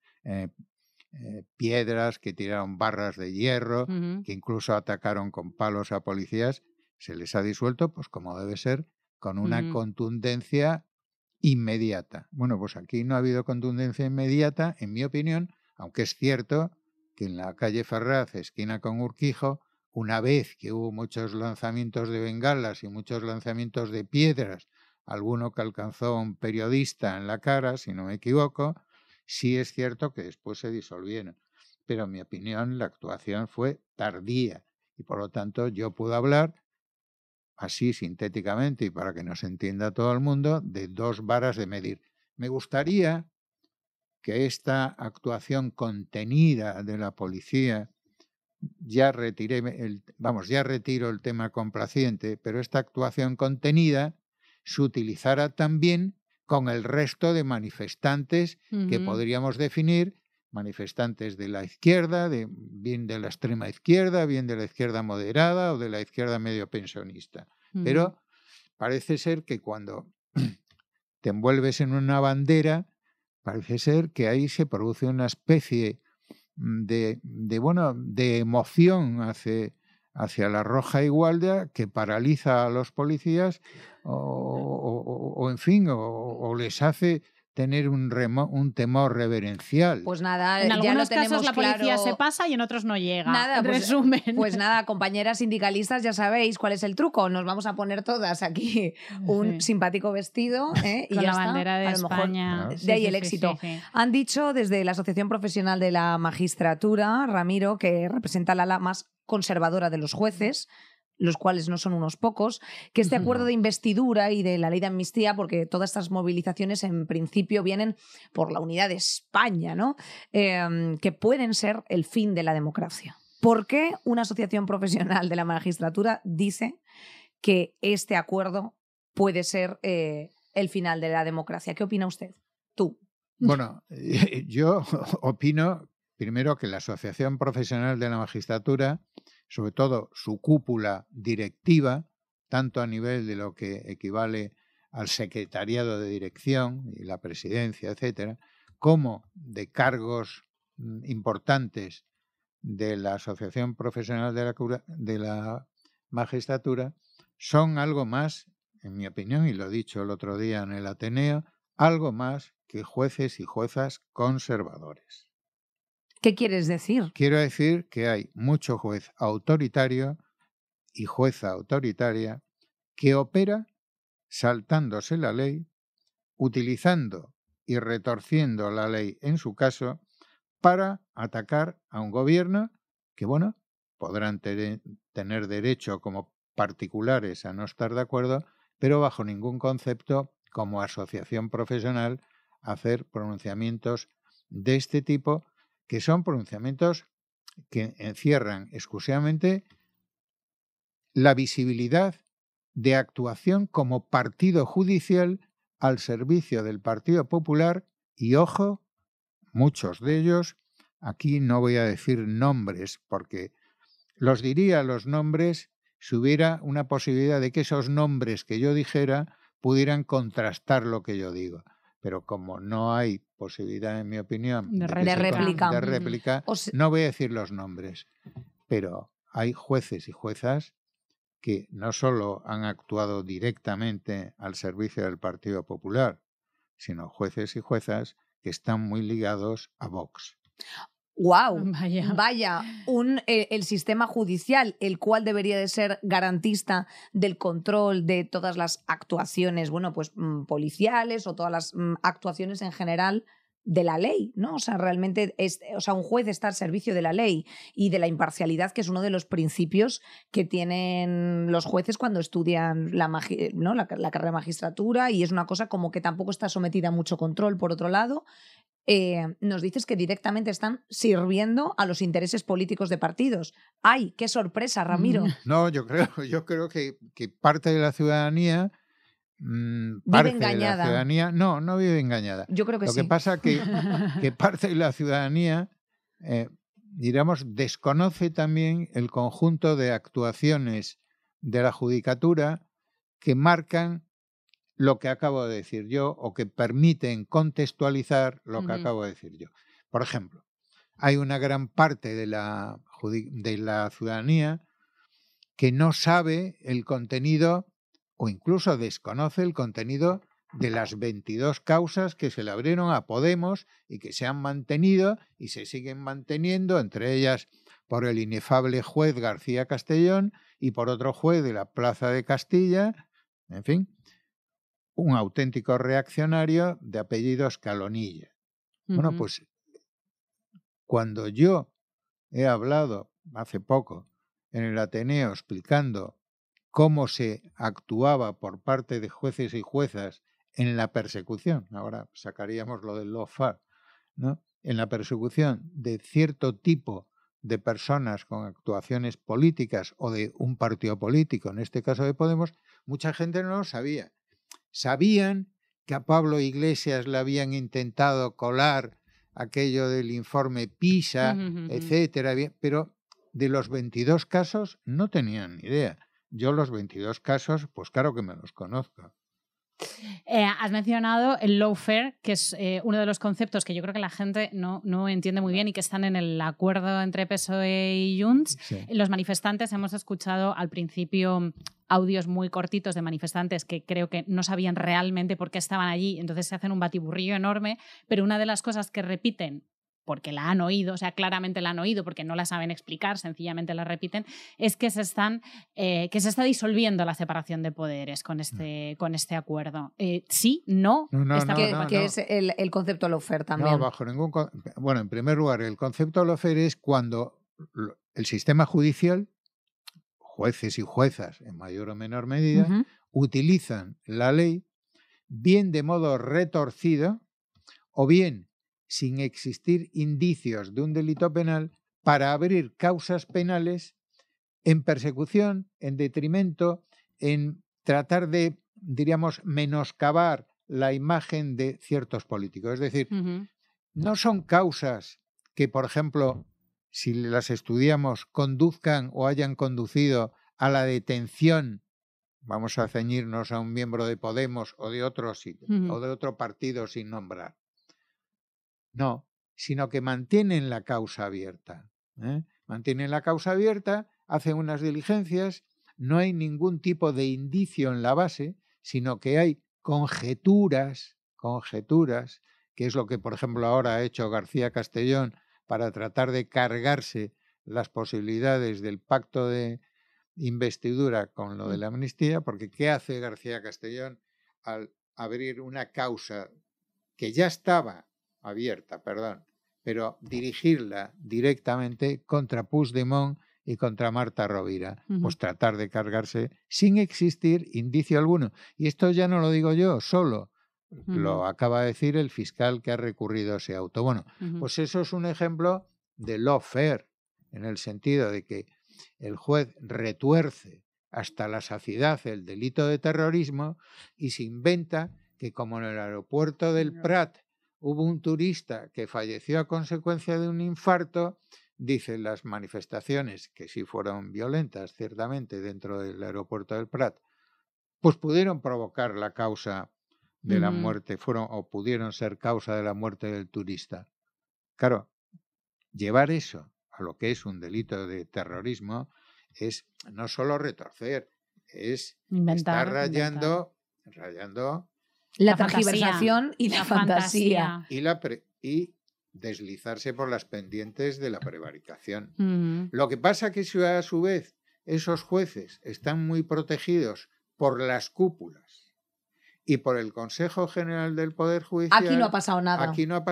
piedras, que tiraron barras de hierro, que incluso atacaron con palos a policías, se les ha disuelto, pues como debe ser, con una contundencia inmediata. Bueno, pues aquí no ha habido contundencia inmediata, en mi opinión, aunque es cierto que en la calle Ferraz, esquina con Urquijo, una vez que hubo muchos lanzamientos de bengalas y muchos lanzamientos de piedras, alguno que alcanzó a un periodista en la cara, si no me equivoco, sí es cierto que después se disolvieron. Pero en mi opinión la actuación fue tardía y por lo tanto yo puedo hablar así sintéticamente y para que nos entienda todo el mundo, de dos varas de medir. Me gustaría que esta actuación contenida de la policía, ya retiro el tema complaciente, pero esta actuación contenida se utilizara también con el resto de manifestantes que podríamos definir manifestantes de la izquierda, bien de la extrema izquierda, bien de la izquierda moderada o de la izquierda medio pensionista. Pero parece ser que cuando te envuelves en una bandera, parece ser que ahí se produce una especie de emoción hacia la roja igualda que paraliza a los policías o les hace tener un temor reverencial. Pues nada, en algunos ya lo casos la policía claro. se pasa y en otros no llega. Nada, resumen. Pues nada, compañeras sindicalistas, ya sabéis cuál es el truco. Nos vamos a poner todas aquí un simpático vestido y con ya la bandera de a lo España. mejor de ahí el éxito. Sí. Han dicho desde la Asociación Profesional de la Magistratura, Ramiro, que representa la ala más conservadora de los jueces, los cuales no son unos pocos, que este acuerdo de investidura y de la ley de amnistía, porque todas estas movilizaciones en principio vienen por la unidad de España, ¿no? Que pueden ser el fin de la democracia. ¿Por qué una asociación profesional de la magistratura dice que este acuerdo puede ser el final de la democracia? ¿Qué opina usted? Tú. Bueno, yo opino primero que la Asociación Profesional de la Magistratura, sobre todo su cúpula directiva, tanto a nivel de lo que equivale al secretariado de dirección y la presidencia, etcétera, como de cargos importantes de la Asociación Profesional de la Magistratura, son algo más, en mi opinión, y lo he dicho el otro día en el Ateneo, algo más que jueces y juezas conservadores. ¿Qué quieres decir? Quiero decir que hay mucho juez autoritario y jueza autoritaria que opera saltándose la ley, utilizando y retorciendo la ley en su caso para atacar a un gobierno que, bueno, podrán tener derecho como particulares a no estar de acuerdo, pero bajo ningún concepto como asociación profesional hacer pronunciamientos de este tipo, que son pronunciamientos que encierran exclusivamente la visibilidad de actuación como partido judicial al servicio del Partido Popular y, ojo, muchos de ellos, aquí no voy a decir nombres porque los diría los nombres si hubiera una posibilidad de que esos nombres que yo dijera pudieran contrastar lo que yo digo. Pero como no hay posibilidad, en mi opinión, de réplica, no voy a decir los nombres. Pero hay jueces y juezas que no solo han actuado directamente al servicio del Partido Popular, sino jueces y juezas que están muy ligados a Vox. ¡Wow! Vaya, el sistema judicial, el cual debería de ser garantista del control de todas las actuaciones, bueno, pues policiales o todas las actuaciones en general de la ley, ¿no? O sea, realmente un juez está al servicio de la ley y de la imparcialidad, que es uno de los principios que tienen los jueces cuando estudian la carrera de magistratura, y es una cosa como que tampoco está sometida a mucho control, por otro lado. Nos dices que directamente están sirviendo a los intereses políticos de partidos. ¡Ay, qué sorpresa, Ramiro! No, yo creo que parte de la ciudadanía vive engañada. No vive engañada. Yo creo que sí. Lo que pasa que parte de la ciudadanía, desconoce también el conjunto de actuaciones de la judicatura que marcan lo que acabo de decir yo o que permiten contextualizar lo que acabo de decir yo. Por ejemplo, hay una gran parte de la ciudadanía que no sabe el contenido o incluso desconoce el contenido de las 22 causas que se le abrieron a Podemos y que se han mantenido y se siguen manteniendo, entre ellas por el inefable juez García Castellón y por otro juez de la Plaza de Castilla, en fin, un auténtico reaccionario de apellido Escalonilla. Bueno, pues cuando yo he hablado hace poco en el Ateneo explicando cómo se actuaba por parte de jueces y juezas en la persecución, ahora sacaríamos lo del lawfare, ¿no? En la persecución de cierto tipo de personas con actuaciones políticas o de un partido político, en este caso de Podemos, mucha gente no lo sabía. Sabían que a Pablo Iglesias le habían intentado colar aquello del informe PISA, etcétera, pero de los 22 casos no tenían ni idea. Yo los 22 casos, pues claro que me los conozco. Has mencionado el lawfare, que es uno de los conceptos que yo creo que la gente no entiende muy bien y que están en el acuerdo entre PSOE y Junts. Sí. Los manifestantes, hemos escuchado al principio audios muy cortitos de manifestantes que creo que no sabían realmente por qué estaban allí, entonces se hacen un batiburrillo enorme, pero una de las cosas que repiten, porque la han oído, o sea, claramente la han oído porque no la saben explicar, sencillamente la repiten, es que se está disolviendo la separación de poderes con este acuerdo. ¿Sí? ¿No? ¿Qué es el concepto lawfare también? No, bajo ningún... Bueno, en primer lugar, el concepto lawfare es cuando el sistema judicial jueces y juezas en mayor o menor medida, Ujú. utilizan la ley bien de modo retorcido o bien sin existir indicios de un delito penal para abrir causas penales en persecución, en detrimento, en tratar de, diríamos, menoscabar la imagen de ciertos políticos. Es decir, no son causas que, por ejemplo, si las estudiamos, conduzcan o hayan conducido a la detención, vamos a ceñirnos a un miembro de Podemos o de otro partido sin nombrar. No, sino que mantienen la causa abierta. Mantienen la causa abierta, hacen unas diligencias, no hay ningún tipo de indicio en la base, sino que hay conjeturas, que es lo que, por ejemplo, ahora ha hecho García Castellón para tratar de cargarse las posibilidades del pacto de investidura con lo de la amnistía, porque ¿qué hace García Castellón al abrir una causa que ya estaba abierta, pero dirigirla directamente contra Puigdemont y contra Marta Rovira? Pues tratar de cargarse sin existir indicio alguno. Y esto ya no lo digo yo solo, lo acaba de decir el fiscal que ha recurrido ese auto. Bueno, pues eso es un ejemplo de lawfare, en el sentido de que el juez retuerce hasta la saciedad el delito de terrorismo y se inventa que, como en el aeropuerto del Prat hubo un turista que falleció a consecuencia de un infarto, dicen las manifestaciones, que sí fueron violentas ciertamente dentro del aeropuerto del Prat, pues pudieron provocar la causa de la muerte, pudieron ser causa de la muerte del turista. Claro, llevar eso a lo que es un delito de terrorismo es no solo retorcer, es estar rayando la tergiversación y la fantasía. Y deslizarse por las pendientes de la prevaricación. Lo que pasa que si a su vez esos jueces están muy protegidos por las cúpulas y por el Consejo General del Poder Judicial. Aquí no ha pasado nada.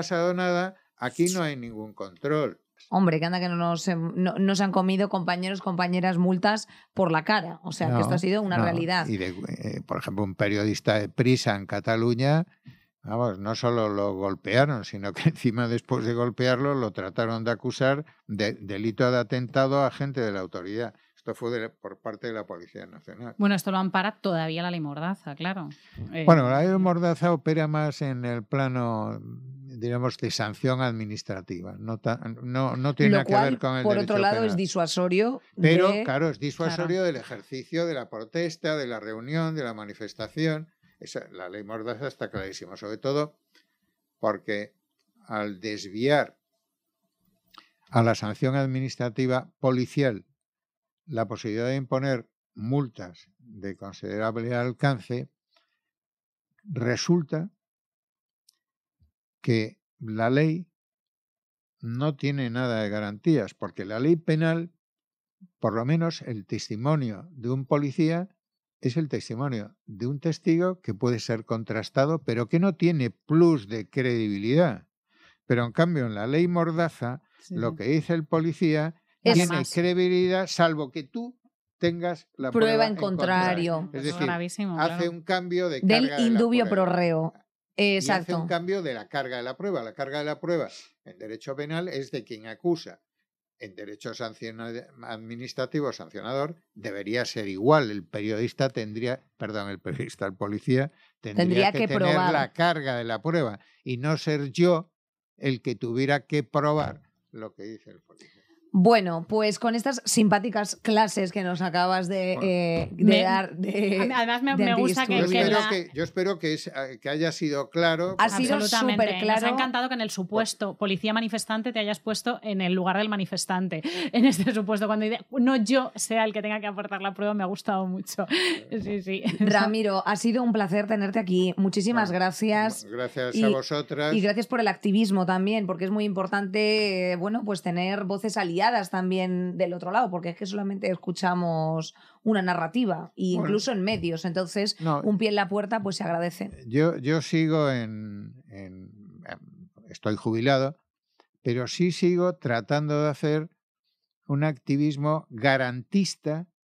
Aquí no hay ningún control. Hombre, que anda que no se han comido compañeras multas por la cara. O sea, que esto ha sido una realidad. Y por ejemplo, un periodista de Prisa en Cataluña, vamos, no solo lo golpearon, sino que encima después de golpearlo lo trataron de acusar de delito de atentado a agente de la autoridad. Esto fue por parte de la Policía Nacional. Bueno, esto lo ampara todavía la ley Mordaza, claro. Bueno, la ley Mordaza opera más en el plano, digamos, de sanción administrativa. No tiene nada que ver con el derecho penal. Por otro lado, es disuasorio. Pero, claro, es disuasorio del ejercicio de la protesta, de la reunión, de la manifestación. La ley Mordaza está clarísima, sobre todo porque al desviar a la sanción administrativa policial la posibilidad de imponer multas de considerable alcance, resulta que la ley no tiene nada de garantías, porque la ley penal, por lo menos el testimonio de un policía, es el testimonio de un testigo que puede ser contrastado, pero que no tiene plus de credibilidad. Pero en cambio, en la ley Mordaza, lo que dice el policía tiene credibilidad, salvo que tú tengas la prueba en contrario. Es decir, hace un cambio de carga del indubio pro reo. Exacto. Y hace un cambio de la carga de la prueba. La carga de la prueba en derecho penal es de quien acusa. En derecho administrativo sancionador debería ser igual. El policía tendría que tener probar la carga de la prueba y no ser yo el que tuviera que probar lo que dice el policía. Bueno, pues con estas simpáticas clases que nos acabas de dar. Además, me gusta que yo espero que haya sido claro. Ha sido súper claro. Nos ha encantado que en el supuesto policía manifestante te hayas puesto en el lugar del manifestante. En este supuesto, cuando no yo sea el que tenga que aportar la prueba, me ha gustado mucho. Sí. Ramiro, ha sido un placer tenerte aquí. Muchísimas gracias. Gracias a vosotras. Y gracias por el activismo también, porque es muy importante, pues tener voces aliadas también del otro lado, porque es que solamente escuchamos una narrativa, incluso en medios, entonces un pie en la puerta pues se agradece. Yo sigo estoy jubilado, pero sí sigo tratando de hacer un activismo garantista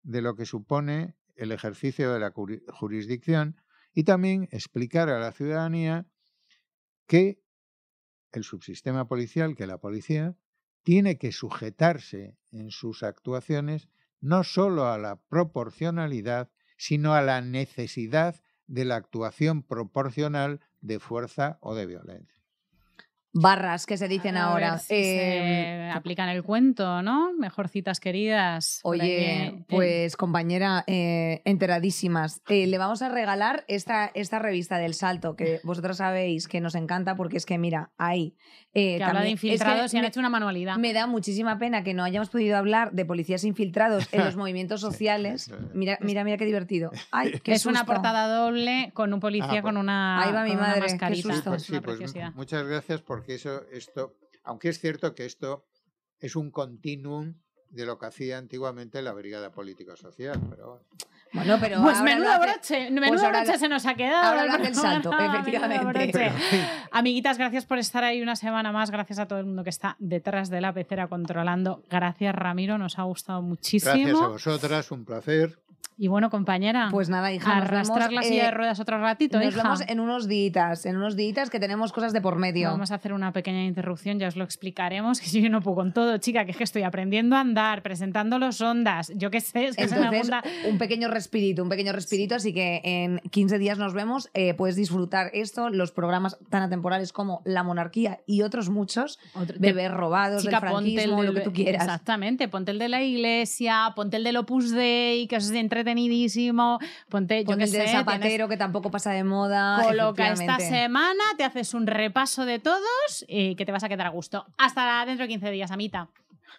de lo que supone el ejercicio de la jurisdicción y también explicar a la ciudadanía que el subsistema policial, que la policía, tiene que sujetarse en sus actuaciones no solo a la proporcionalidad, sino a la necesidad de la actuación proporcional de fuerza o de violencia. Barras que se dicen ahora. Se aplican el cuento, ¿no? Mejor citas queridas. Oye, pues compañera, enteradísimas. Le vamos a regalar esta revista del Salto, que vosotros sabéis que nos encanta porque es que, mira, ahí... que habla de infiltrados y han hecho una manualidad. Me da muchísima pena que no hayamos podido hablar de policías infiltrados en los movimientos sociales. Mira qué divertido. Ay, qué es susto. una portada doble con un policía con una ahí va mi madre, mascarita. Muchas gracias porque esto, aunque es cierto que esto es un continuum de lo que hacía antiguamente la Brigada Político-Social, pero bueno, pero pues menudo broche se nos ha quedado. Ahora lo hace el Salto, efectivamente. Amiguitas, gracias por estar ahí una semana más. Gracias a todo el mundo que está detrás de la pecera controlando. Gracias, Ramiro, nos ha gustado muchísimo. Gracias a vosotras, un placer. Y bueno, compañera, pues nada, hija, arrastrar la silla de ruedas otro ratito, nos vemos en unos días que tenemos cosas de por medio. Vamos a hacer una pequeña interrupción, ya os lo explicaremos, que yo no puedo con todo, chica, que es que estoy aprendiendo a andar, presentando los ondas, yo qué sé, es que entonces, un pequeño respirito, así que en 15 días nos vemos, puedes disfrutar esto, los programas tan atemporales como La Monarquía y otros muchos, Bebés robados, chica, del franquismo, lo que tú quieras. Exactamente, ponte el de la Iglesia, ponte el del Opus Dei, que os entretenidísimo, ponte el de Zapatero, que tampoco pasa de moda. Coloca esta semana, te haces un repaso de todos y que te vas a quedar a gusto. Hasta dentro de 15 días, amita.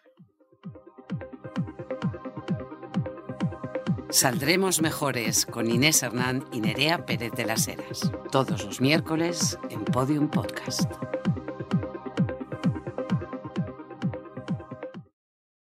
Saldremos mejores con Inés Hernán y Nerea Pérez de las Heras. Todos los miércoles en Podium Podcast.